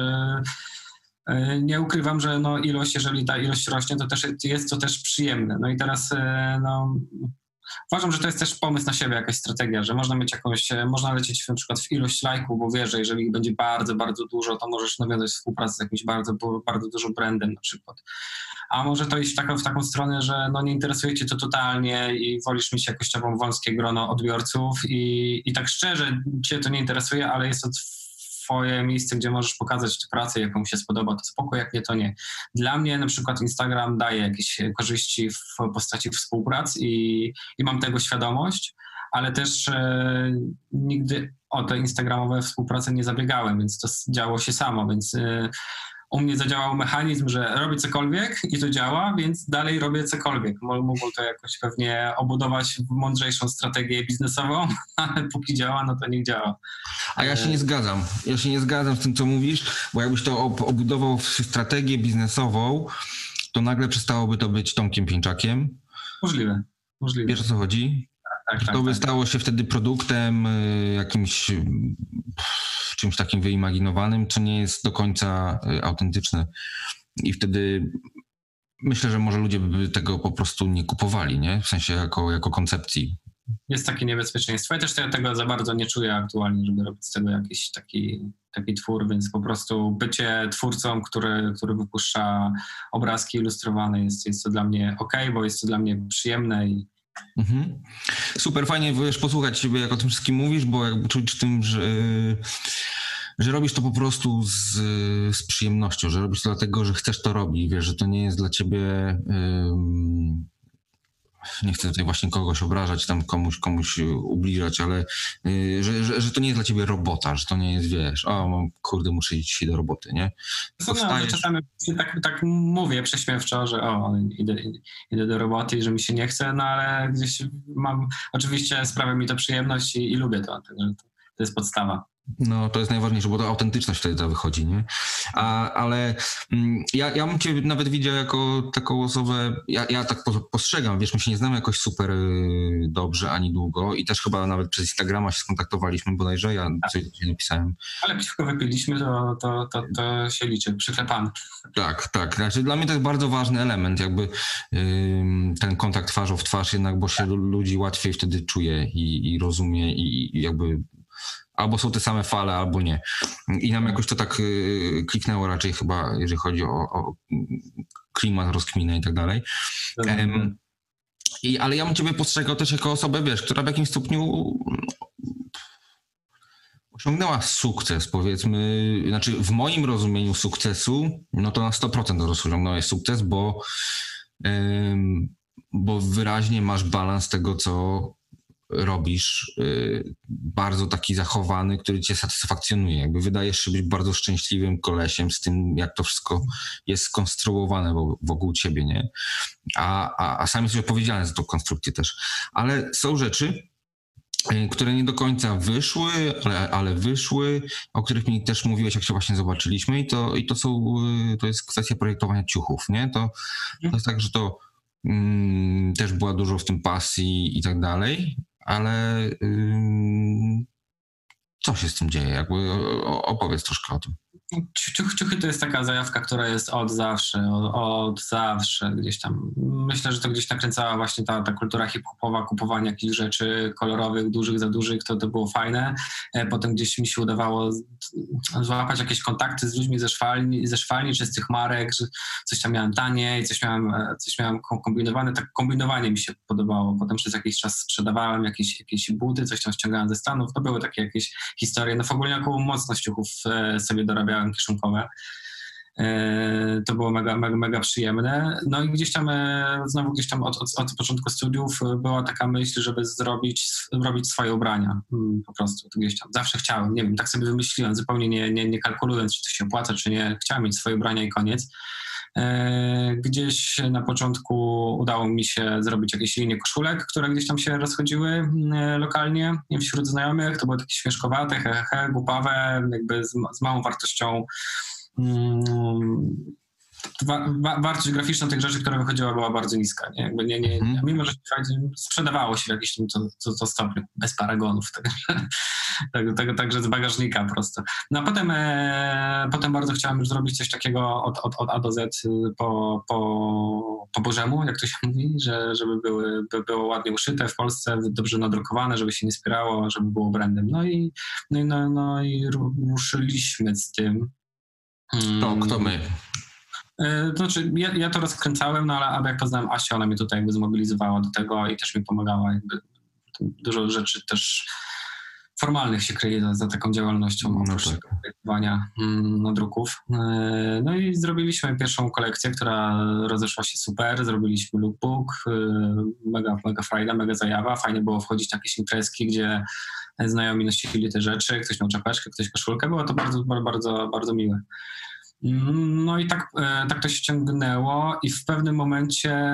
nie ukrywam, że no ilość, jeżeli ta ilość rośnie, to też jest to też przyjemne. No i teraz no, uważam, że to jest też pomysł na siebie, jakaś strategia, że można mieć można lecieć na przykład w ilość lajków, bo wiesz, że jeżeli ich będzie bardzo, bardzo dużo, to możesz nawiązać współpracę z jakimś bardzo, bardzo dużym brandem na przykład. A może to iść w taką stronę, że no nie interesuje cię to totalnie i wolisz mieć jakościowo wąskie grono odbiorców i tak szczerze cię to nie interesuje, ale jest to twoje miejsce, gdzie możesz pokazać tę pracę, jaką się spodoba, to spoko, jak nie, to nie. Dla mnie na przykład Instagram daje jakieś korzyści w postaci współprac i mam tego świadomość, ale też nigdy o te instagramowe współprace nie zabiegałem, więc to działo się samo, więc u mnie zadziałał mechanizm, że robię cokolwiek i to działa, więc dalej robię cokolwiek. Mógłbym to jakoś pewnie obudować w mądrzejszą strategię biznesową, ale póki działa, no to niech działa. A ja się nie zgadzam. Ja się nie zgadzam z tym, co mówisz, bo jakbyś to obudował w strategię biznesową, to nagle przestałoby to być Tomkiem Pieńczakiem. Możliwe. Wiesz, o co chodzi? Tak, to by stało się wtedy produktem jakimś czymś takim wyimaginowanym, co nie jest do końca autentyczne. I wtedy myślę, że może ludzie by tego po prostu nie kupowali, nie? W sensie jako koncepcji. Jest takie niebezpieczeństwo. Ja też tego za bardzo nie czuję aktualnie, żeby robić z tego jakiś taki twór, więc po prostu bycie twórcą, który wypuszcza obrazki ilustrowane jest to dla mnie okej, bo jest to dla mnie przyjemne i Super, fajnie, wiesz, posłuchać ciebie, jak o tym wszystkim mówisz, bo jakby czuć w tym, że robisz to po prostu z przyjemnością, że robisz to dlatego, że chcesz to robić, wiesz, że to nie jest dla ciebie... nie chcę tutaj właśnie kogoś obrażać, tam komuś ubliżać, ale że to nie jest dla ciebie robota, że to nie jest, wiesz, kurde, muszę iść dzisiaj do roboty, nie? Czasami tak mówię prześmiewczo, że idę do roboty i że mi się nie chce, no ale gdzieś oczywiście sprawia mi to przyjemność i lubię to, także to jest podstawa. No, to jest najważniejsze, bo to autentyczność wtedy wychodzi, nie? Ale ja bym cię nawet widział jako taką osobę, ja tak postrzegam, wiesz, my się nie znamy jakoś super dobrze ani długo i też chyba nawet przez Instagrama się skontaktowaliśmy bodajże, ja coś do ciebie napisałem. Ale piwko wypiliśmy, to się liczy, przyklepamy. Tak, znaczy dla mnie to jest bardzo ważny element, jakby ten kontakt twarzą w twarz jednak, bo się ludzi łatwiej wtedy czuje i rozumie i jakby albo są te same fale, albo nie. I nam jakoś to tak kliknęło raczej chyba, jeżeli chodzi o klimat, rozkminę i tak dalej. Ale ja bym ciebie postrzegał też jako osobę, wiesz, która w jakimś stopniu osiągnęła sukces, powiedzmy, znaczy w moim rozumieniu sukcesu, no to na 100% osiągnąłeś sukces, bo wyraźnie masz balans tego, co robisz, bardzo taki zachowany, który cię satysfakcjonuje. Jakby wydajesz się być bardzo szczęśliwym kolesiem z tym, jak to wszystko jest skonstruowane wokół ciebie, nie? A sam jesteś odpowiedzialny za tą konstrukcję też. Ale są rzeczy, które nie do końca wyszły, ale wyszły, o których mi też mówiłeś, jak się właśnie zobaczyliśmy i to jest kwestia projektowania ciuchów, nie? To jest tak, że to też była dużo w tym pasji i tak dalej, ale co się z tym dzieje? Jakby opowiedz troszkę o tym. Ciuchy to jest taka zajawka, która jest od zawsze gdzieś tam. Myślę, że to gdzieś nakręcała właśnie ta kultura hip-hopowa, kupowania jakichś rzeczy kolorowych, dużych, za dużych, to było fajne. Potem gdzieś mi się udawało złapać jakieś kontakty z ludźmi ze szwalni czy z tych marek, że coś tam miałem taniej, coś miałem kombinowane. Tak kombinowanie mi się podobało. Potem przez jakiś czas sprzedawałem jakieś buty, coś tam ściągałem ze Stanów. To były takie jakieś historie. No w ogóle jaką mocność ciuchów sobie dorabiałem kieszonkowe. To było mega przyjemne. No i gdzieś tam znowu od początku studiów była taka myśl, żeby robić swoje ubrania. Po prostu to gdzieś tam. Zawsze chciałem, nie wiem, tak sobie wymyśliłem, zupełnie nie kalkulując, czy to się opłaca, czy nie. Chciałem mieć swoje ubrania i koniec. Gdzieś na początku udało mi się zrobić jakieś linie koszulek, które gdzieś tam się rozchodziły lokalnie wśród znajomych. To były takie śmieszkowate, głupawe, jakby z małą wartością. Wartość graficzna tych rzeczy, która wychodziła, była bardzo niska. Nie? Jakby mimo, że sprzedawało się w jakimś to stopniu, bez paragonów. Także z bagażnika prosto. No a potem bardzo chciałem już zrobić coś takiego od A do Z po bożemu, jak to się mówi, żeby było ładnie uszyte w Polsce, dobrze nadrukowane, żeby się nie spierało, żeby było brandem. No i ruszyliśmy z tym. Kto my? To znaczy, ja to rozkręcałem, no ale jak poznałem Asię, ona mnie tutaj jakby zmobilizowała do tego i też mi pomagała. Jakby dużo rzeczy też formalnych się kryje za taką działalnością, oprócz projektowania nadruków. No i zrobiliśmy pierwszą kolekcję, która rozeszła się super. Zrobiliśmy lookbook, mega frajda, mega zajawa. Fajnie było wchodzić na jakieś imprezki, gdzie znajomi nosili te rzeczy, ktoś miał czapeczkę, ktoś koszulkę. Było to bardzo miłe. No i tak to się ciągnęło i w pewnym momencie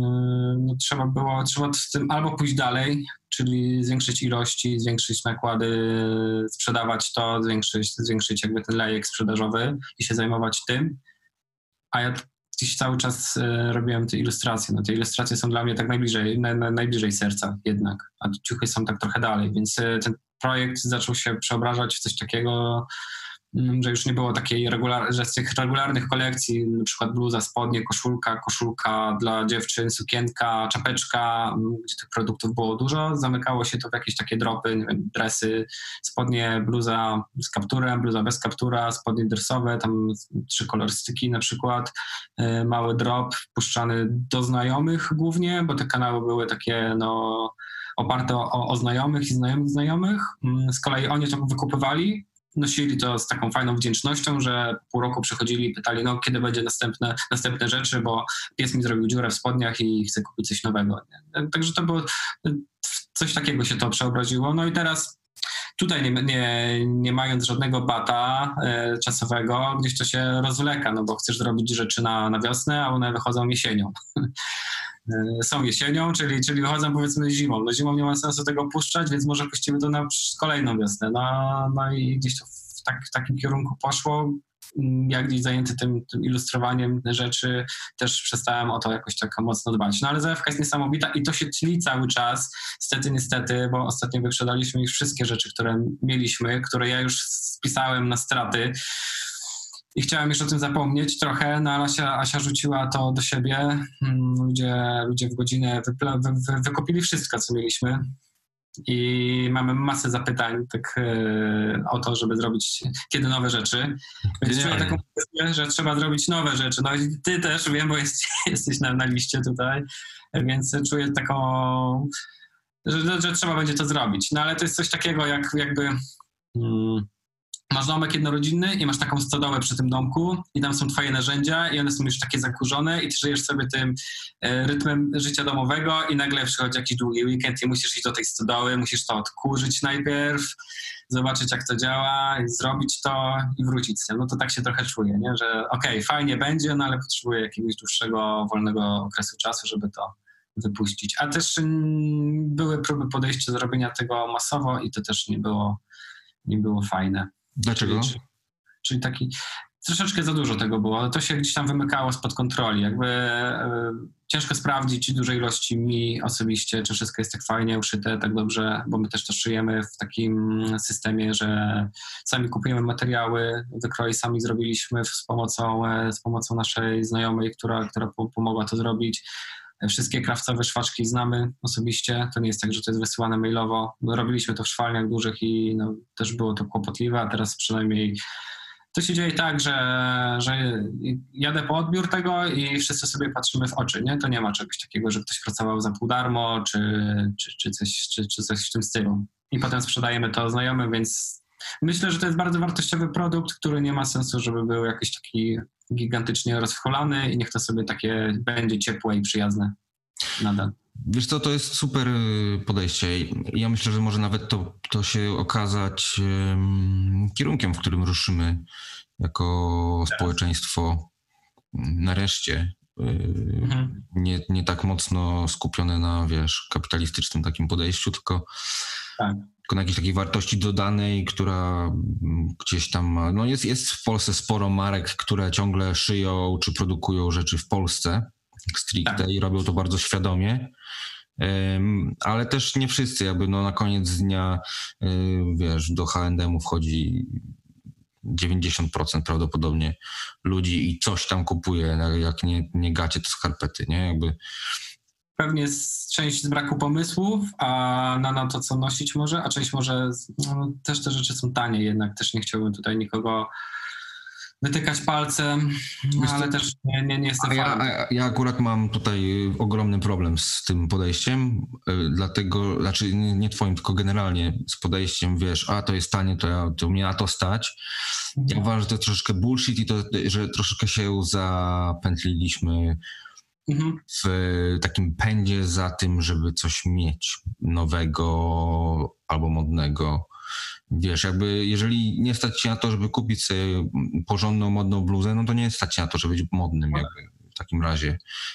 trzeba z tym albo pójść dalej, czyli zwiększyć ilości, zwiększyć nakłady, sprzedawać to, zwiększyć jakby ten lejek sprzedażowy i się zajmować tym. A ja dziś cały czas robiłem te ilustracje. No te ilustracje są dla mnie tak najbliżej serca jednak, a ciuchy są tak trochę dalej, więc ten projekt zaczął się przeobrażać w coś takiego, że już nie było takiej że z tych regularnych kolekcji, na przykład bluza, spodnie, koszulka dla dziewczyn, sukienka, czapeczka, gdzie tych produktów było dużo, zamykało się to w jakieś takie dropy, nie wiem, dresy, spodnie, bluza z kapturem, bluza bez kaptura, spodnie dresowe, tam 3 kolorystyki na przykład, mały drop puszczany do znajomych głównie, bo te kanały były takie oparte o znajomych i znajomych. Z kolei oni to wykupywali, nosili to z taką fajną wdzięcznością, że pół roku przychodzili i pytali, kiedy będzie następne rzeczy, bo pies mi zrobił dziurę w spodniach i chce kupić coś nowego. Nie? Także to było coś takiego się to przeobraziło. No i teraz tutaj nie mając żadnego bata czasowego, gdzieś to się rozwleka, bo chcesz zrobić rzeczy na wiosnę, a one wychodzą jesienią. Są jesienią, czyli wychodzą powiedzmy zimą. Zimą nie ma sensu tego puszczać, więc może puścimy to na kolejną wiosnę. No i gdzieś to w takim kierunku poszło. Ja gdzieś zajęty tym ilustrowaniem rzeczy też przestałem o to jakoś tak mocno dbać. No ale zajawka jest niesamowita i to się tli cały czas. Niestety, bo ostatnio wyprzedaliśmy już wszystkie rzeczy, które mieliśmy, które ja już spisałem na straty. I chciałem już o tym zapomnieć trochę, no ale Asia rzuciła to do siebie. Ludzie w godzinę wykupili wszystko, co mieliśmy. I mamy masę zapytań o to, żeby zrobić kiedy nowe rzeczy. Więc czuję taką kwestię, że trzeba zrobić nowe rzeczy. No i ty też, wiem, bo jesteś na liście tutaj, więc czuję taką, że trzeba będzie to zrobić. No ale to jest coś takiego jakby... Masz domek jednorodzinny i masz taką stodołę przy tym domku i tam są twoje narzędzia i one są już takie zakurzone i ty żyjesz sobie tym rytmem życia domowego i nagle przychodzi jakiś długi weekend i musisz iść do tej stodoły, musisz to odkurzyć najpierw, zobaczyć jak to działa, zrobić to i wrócić z tym. No to tak się trochę czuję, nie? Że okej, fajnie będzie, no ale potrzebuję jakiegoś dłuższego, wolnego okresu czasu, żeby to wypuścić. A też były próby podejścia do robienia tego masowo i to też nie było fajne. Dlaczego? Czyli taki... troszeczkę za dużo tego było. To się gdzieś tam wymykało spod kontroli. Jakby ciężko sprawdzić dużej ilości mi osobiście, czy wszystko jest tak fajnie uszyte, tak dobrze, bo my też to szyjemy w takim systemie, że sami kupujemy materiały, wykroje sami zrobiliśmy z pomocą naszej znajomej, która pomogła to zrobić. Wszystkie krawcowe szwaczki znamy osobiście. To nie jest tak, że to jest wysyłane mailowo. Robiliśmy to w szwalniach dużych i też było to kłopotliwe, a teraz przynajmniej to się dzieje tak, że jadę po odbiór tego i wszyscy sobie patrzymy w oczy, nie? To nie ma czegoś takiego, że ktoś pracował za pół darmo, czy coś w tym stylu. I potem sprzedajemy to znajomym, więc myślę, że to jest bardzo wartościowy produkt, który nie ma sensu, żeby był jakiś taki gigantycznie rozwcholany i niech to sobie takie będzie ciepłe i przyjazne nadal. Wiesz co, to jest super podejście. Ja myślę, że może nawet to się okazać kierunkiem, w którym ruszymy jako społeczeństwo nareszcie. Nie tak mocno skupione na, kapitalistycznym takim podejściu, tylko na jakiejś takiej wartości dodanej, która gdzieś tam ma. No jest w Polsce sporo marek, które ciągle szyją czy produkują rzeczy w Polsce stricte i robią to bardzo świadomie. Ale też nie wszyscy, na koniec dnia, do H&M-u wchodzi 90% prawdopodobnie ludzi i coś tam kupuje, jak nie gacie, to skarpety, nie? Pewnie jest część z braku pomysłów, a na to, co nosić może, a część może, też te rzeczy są tanie jednak, też nie chciałbym tutaj nikogo wytykać palcem, ale też nie jestem fanem. Ja akurat mam tutaj ogromny problem z tym podejściem, dlatego, nie twoim, tylko generalnie z podejściem, to jest tanie, to mnie na to stać. Ja uważam, że to jest troszeczkę bullshit i że troszeczkę się zapętliliśmy w takim pędzie za tym, żeby coś mieć nowego albo modnego. Jeżeli nie stać się na to, żeby kupić sobie porządną, modną bluzę, no to nie stać się na to, żeby być modnym w takim razie.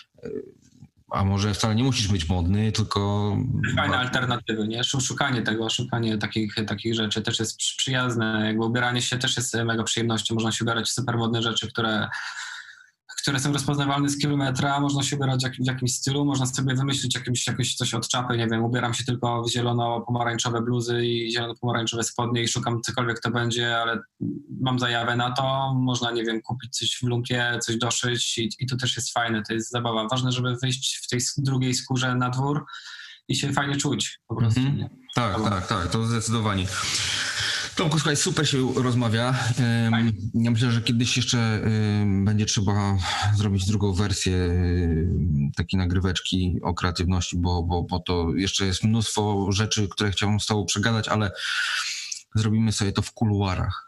A może wcale nie musisz być modny, tylko... Fajne alternatywy, nie? Szukanie takich rzeczy też jest przyjazne. Ubieranie się też jest mega przyjemnością. Można się ubierać w super modne rzeczy, które są rozpoznawalne z kilometra, można się ubierać w jakimś stylu, można sobie wymyślić jakieś coś od czapy, nie wiem, ubieram się tylko w zielono-pomarańczowe bluzy i zielono-pomarańczowe spodnie i szukam cokolwiek to będzie, ale mam zajawę na to, można, nie wiem, kupić coś w lumpie, coś doszyć i to też jest fajne, to jest zabawa. Ważne, żeby wyjść w tej drugiej skórze na dwór i się fajnie czuć po prostu. Tak, to zdecydowanie. Tomku, słuchaj, super się rozmawia. Ja myślę, że kiedyś jeszcze będzie trzeba zrobić drugą wersję takiej nagryweczki o kreatywności, bo to jeszcze jest mnóstwo rzeczy, które chciałbym z tobą przegadać, ale zrobimy sobie to w kuluarach.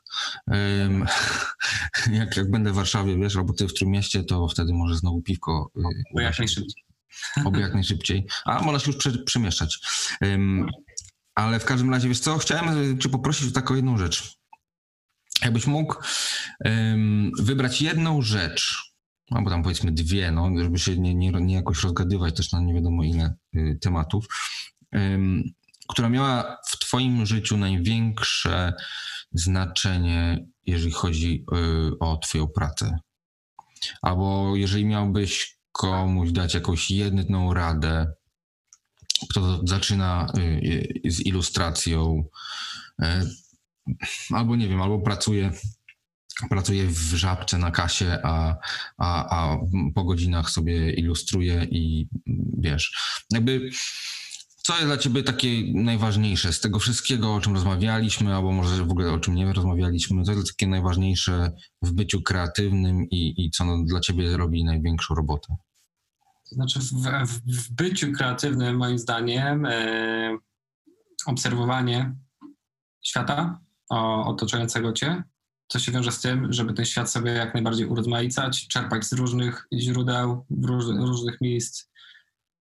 Jak będę w Warszawie, albo ty w Trójmieście, to wtedy może znowu piwko. Jak najszybciej. Oby jak najszybciej. A można się już przemieszczać. Ale w każdym razie, chciałem cię poprosić o taką jedną rzecz. Jakbyś mógł wybrać jedną rzecz, albo tam powiedzmy dwie, żeby się nie jakoś rozgadywać też na nie wiadomo ile tematów, która miała w twoim życiu największe znaczenie, jeżeli chodzi o twoją pracę. Albo jeżeli miałbyś komuś dać jakąś jedną radę, kto zaczyna z ilustracją, albo nie wiem, albo pracuje w Żabce na kasie, a po godzinach sobie ilustruje i co jest dla ciebie takie najważniejsze z tego wszystkiego, o czym rozmawialiśmy, albo może w ogóle o czym nie rozmawialiśmy, co jest takie najważniejsze w byciu kreatywnym i co dla ciebie robi największą robotę? To znaczy w byciu kreatywnym, moim zdaniem, obserwowanie świata otaczającego cię, co się wiąże z tym, żeby ten świat sobie jak najbardziej urozmaicać, czerpać z różnych źródeł, różnych miejsc,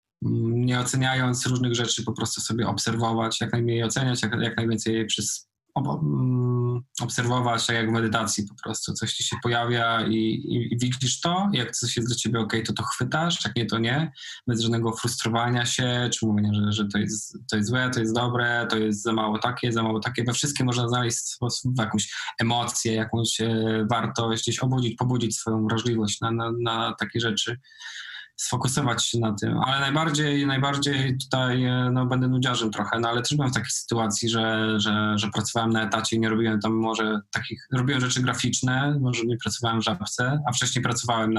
nie oceniając różnych rzeczy, po prostu sobie obserwować, jak najmniej oceniać, jak najwięcej je obserwować, tak jak w medytacji po prostu. Coś ci się pojawia i widzisz to, jak coś jest dla ciebie okej, to chwytasz, jak nie, to nie. Bez żadnego frustrowania się, czy mówienia, że to jest złe, to jest dobre, to jest za mało takie, za mało takie. We wszystkim można znaleźć sposób, jakąś emocję, jakąś wartość, gdzieś pobudzić swoją wrażliwość na takie rzeczy. Sfokusować się na tym, ale najbardziej tutaj będę nudziarzem trochę, ale też byłem w takiej sytuacji, że pracowałem na etacie i nie robiłem tam może takich, robiłem rzeczy graficzne, może nie pracowałem w Żabce, a wcześniej pracowałem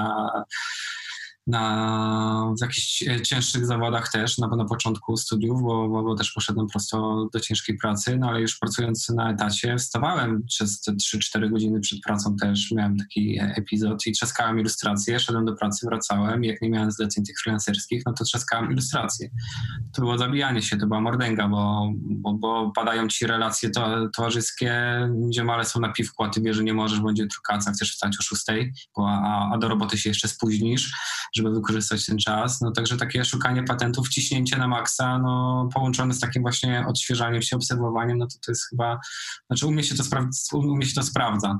w jakichś cięższych zawodach też, na początku studiów, bo też poszedłem prosto do ciężkiej pracy, no ale już pracując na etacie wstawałem przez te 3-4 godziny przed pracą też, miałem taki epizod i trzaskałem ilustracje, szedłem do pracy, wracałem i jak nie miałem zleceń tych freelancerskich, no to trzaskałem ilustracje. To było zabijanie się, to była mordęga, bo padają ci relacje towarzyskie, ziomale są na piwku, a ty wiesz, że nie możesz, będzie trukaca, chcesz wstać o 6:00, a do roboty się jeszcze spóźnisz, żeby wykorzystać ten czas. No także takie szukanie patentów, ciśnięcie na maksa, no połączone z takim właśnie odświeżaniem się, obserwowaniem, no to jest chyba, znaczy u mnie się to sprawdza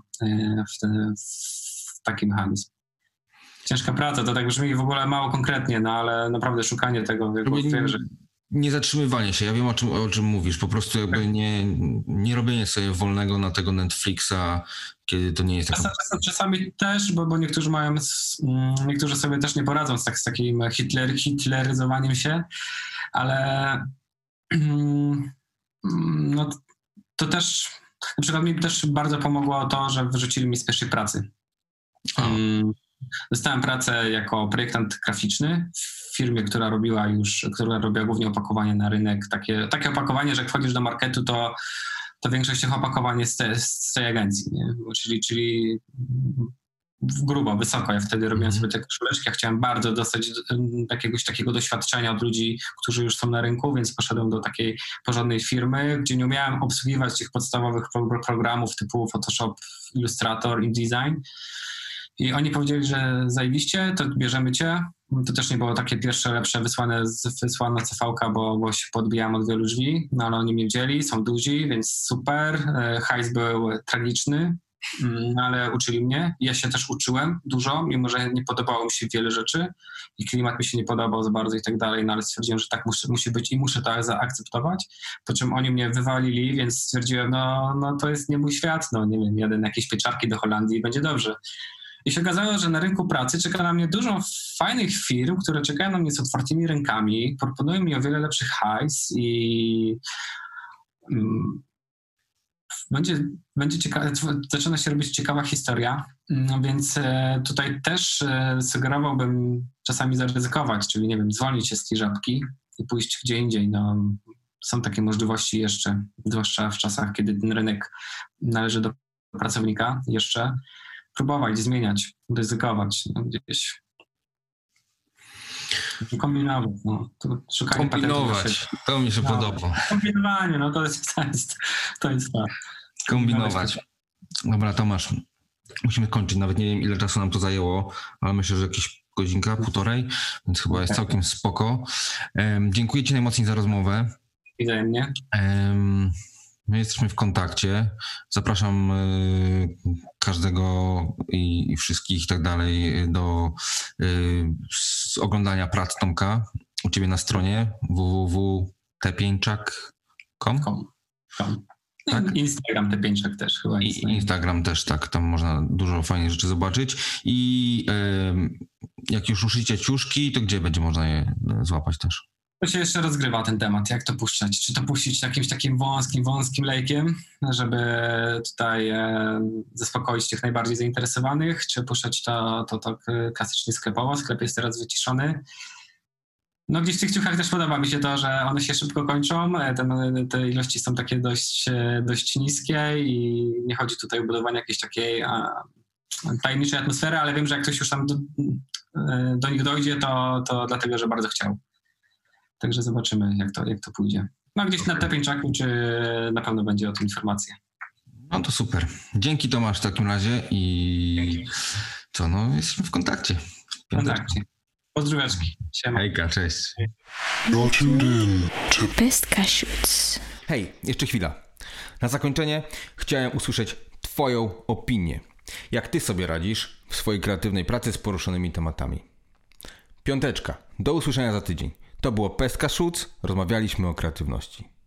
w taki mechanizm. Ciężka praca, to tak brzmi w ogóle mało konkretnie, no ale naprawdę szukanie tego, wiem, że... Nie zatrzymywanie się, ja wiem o czym mówisz, po prostu jakby nie robienie sobie wolnego na tego Netflixa, kiedy to nie jest... Czasami też, bo niektórzy sobie też nie poradzą z takim hitleryzowaniem się, ale no to też, na przykład mi też bardzo pomogło to, że wyrzucili mnie z pierwszej pracy. Dostałem pracę jako projektant graficzny w firmie, która robiła głównie opakowanie na rynek. Takie opakowanie, że jak wchodzisz do marketu, to większość tych opakowań jest z tej agencji, nie? Czyli grubo, wysoko. Ja wtedy robiłem sobie te koszuleczki. Ja chciałem bardzo dostać jakiegoś takiego doświadczenia od ludzi, którzy już są na rynku, więc poszedłem do takiej porządnej firmy, gdzie nie umiałem obsługiwać tych podstawowych programów typu Photoshop, Illustrator, InDesign. I oni powiedzieli, że zajebiście, to bierzemy cię. To też nie było takie pierwsze, lepsze wysłana CV-ka, bo się podbijałem od wielu drzwi, no ale oni mnie wzięli, są duzi, więc super. Hajs był tragiczny, ale uczyli mnie. Ja się też uczyłem dużo, mimo że nie podobało mi się wiele rzeczy i klimat mi się nie podobał za bardzo i tak dalej, no ale stwierdziłem, że tak musi być i muszę to zaakceptować. Po czym oni mnie wywalili, więc stwierdziłem, no to jest nie mój świat, no nie wiem, jadę na jakieś pieczarki do Holandii i będzie dobrze. I się okazało, że na rynku pracy czeka na mnie dużo fajnych firm, które czekają na mnie z otwartymi rękami, proponują mi o wiele lepszy hajs i będzie ciekawe, zaczyna się robić ciekawa historia, no więc tutaj też sugerowałbym czasami zaryzykować, czyli nie wiem, zwolnić się z tej Żabki i pójść gdzie indziej. No, są takie możliwości jeszcze, zwłaszcza w czasach, kiedy ten rynek należy do pracownika jeszcze. Próbować, zmieniać, ryzykować, no, gdzieś kombinować. No, kombinować, to mi się podoba. Kombinowanie, no to jest to. Kombinować. Dobra, Tomasz, musimy kończyć. Nawet nie wiem, ile czasu nam to zajęło, ale myślę, że jakieś godzinka, półtorej, więc chyba jest całkiem spoko. Dziękuję ci najmocniej za rozmowę. I wzajemnie. My jesteśmy w kontakcie. Zapraszam każdego i wszystkich i tak dalej do oglądania prac Tomka u ciebie na stronie www.tpieńczak.com. Tak? Instagram Tpieńczak też chyba. Instagram też, tak. Tam można dużo fajnych rzeczy zobaczyć. I jak już ruszycie ciuszki, to gdzie będzie można je złapać też? To się jeszcze rozgrywa ten temat, jak to puszczać. Czy to puścić jakimś takim wąskim lejkiem, żeby tutaj zaspokoić tych najbardziej zainteresowanych, czy puszczać to tak klasycznie sklepowo. Sklep jest teraz wyciszony. No gdzieś w tych ciuchach też podoba mi się to, że one się szybko kończą, te ilości są takie dość niskie i nie chodzi tutaj o budowanie jakiejś takiej tajemniczej atmosfery, ale wiem, że jak ktoś już tam do nich dojdzie, to dlatego, że bardzo chciał. Także zobaczymy, jak to pójdzie. No gdzieś na Tpieńczaku, czy na pewno będzie o tym informacja. No to super. Dzięki Tomasz w takim razie i co, no jesteśmy w kontakcie. W kontakcie. Pozdróweczki. Siema. Hejka, cześć. Best Cashews. Hej, jeszcze chwila. Na zakończenie chciałem usłyszeć Twoją opinię. Jak Ty sobie radzisz w swojej kreatywnej pracy z poruszonymi tematami? 5. Do usłyszenia za tydzień. To było Pestka Shoots. Rozmawialiśmy o kreatywności.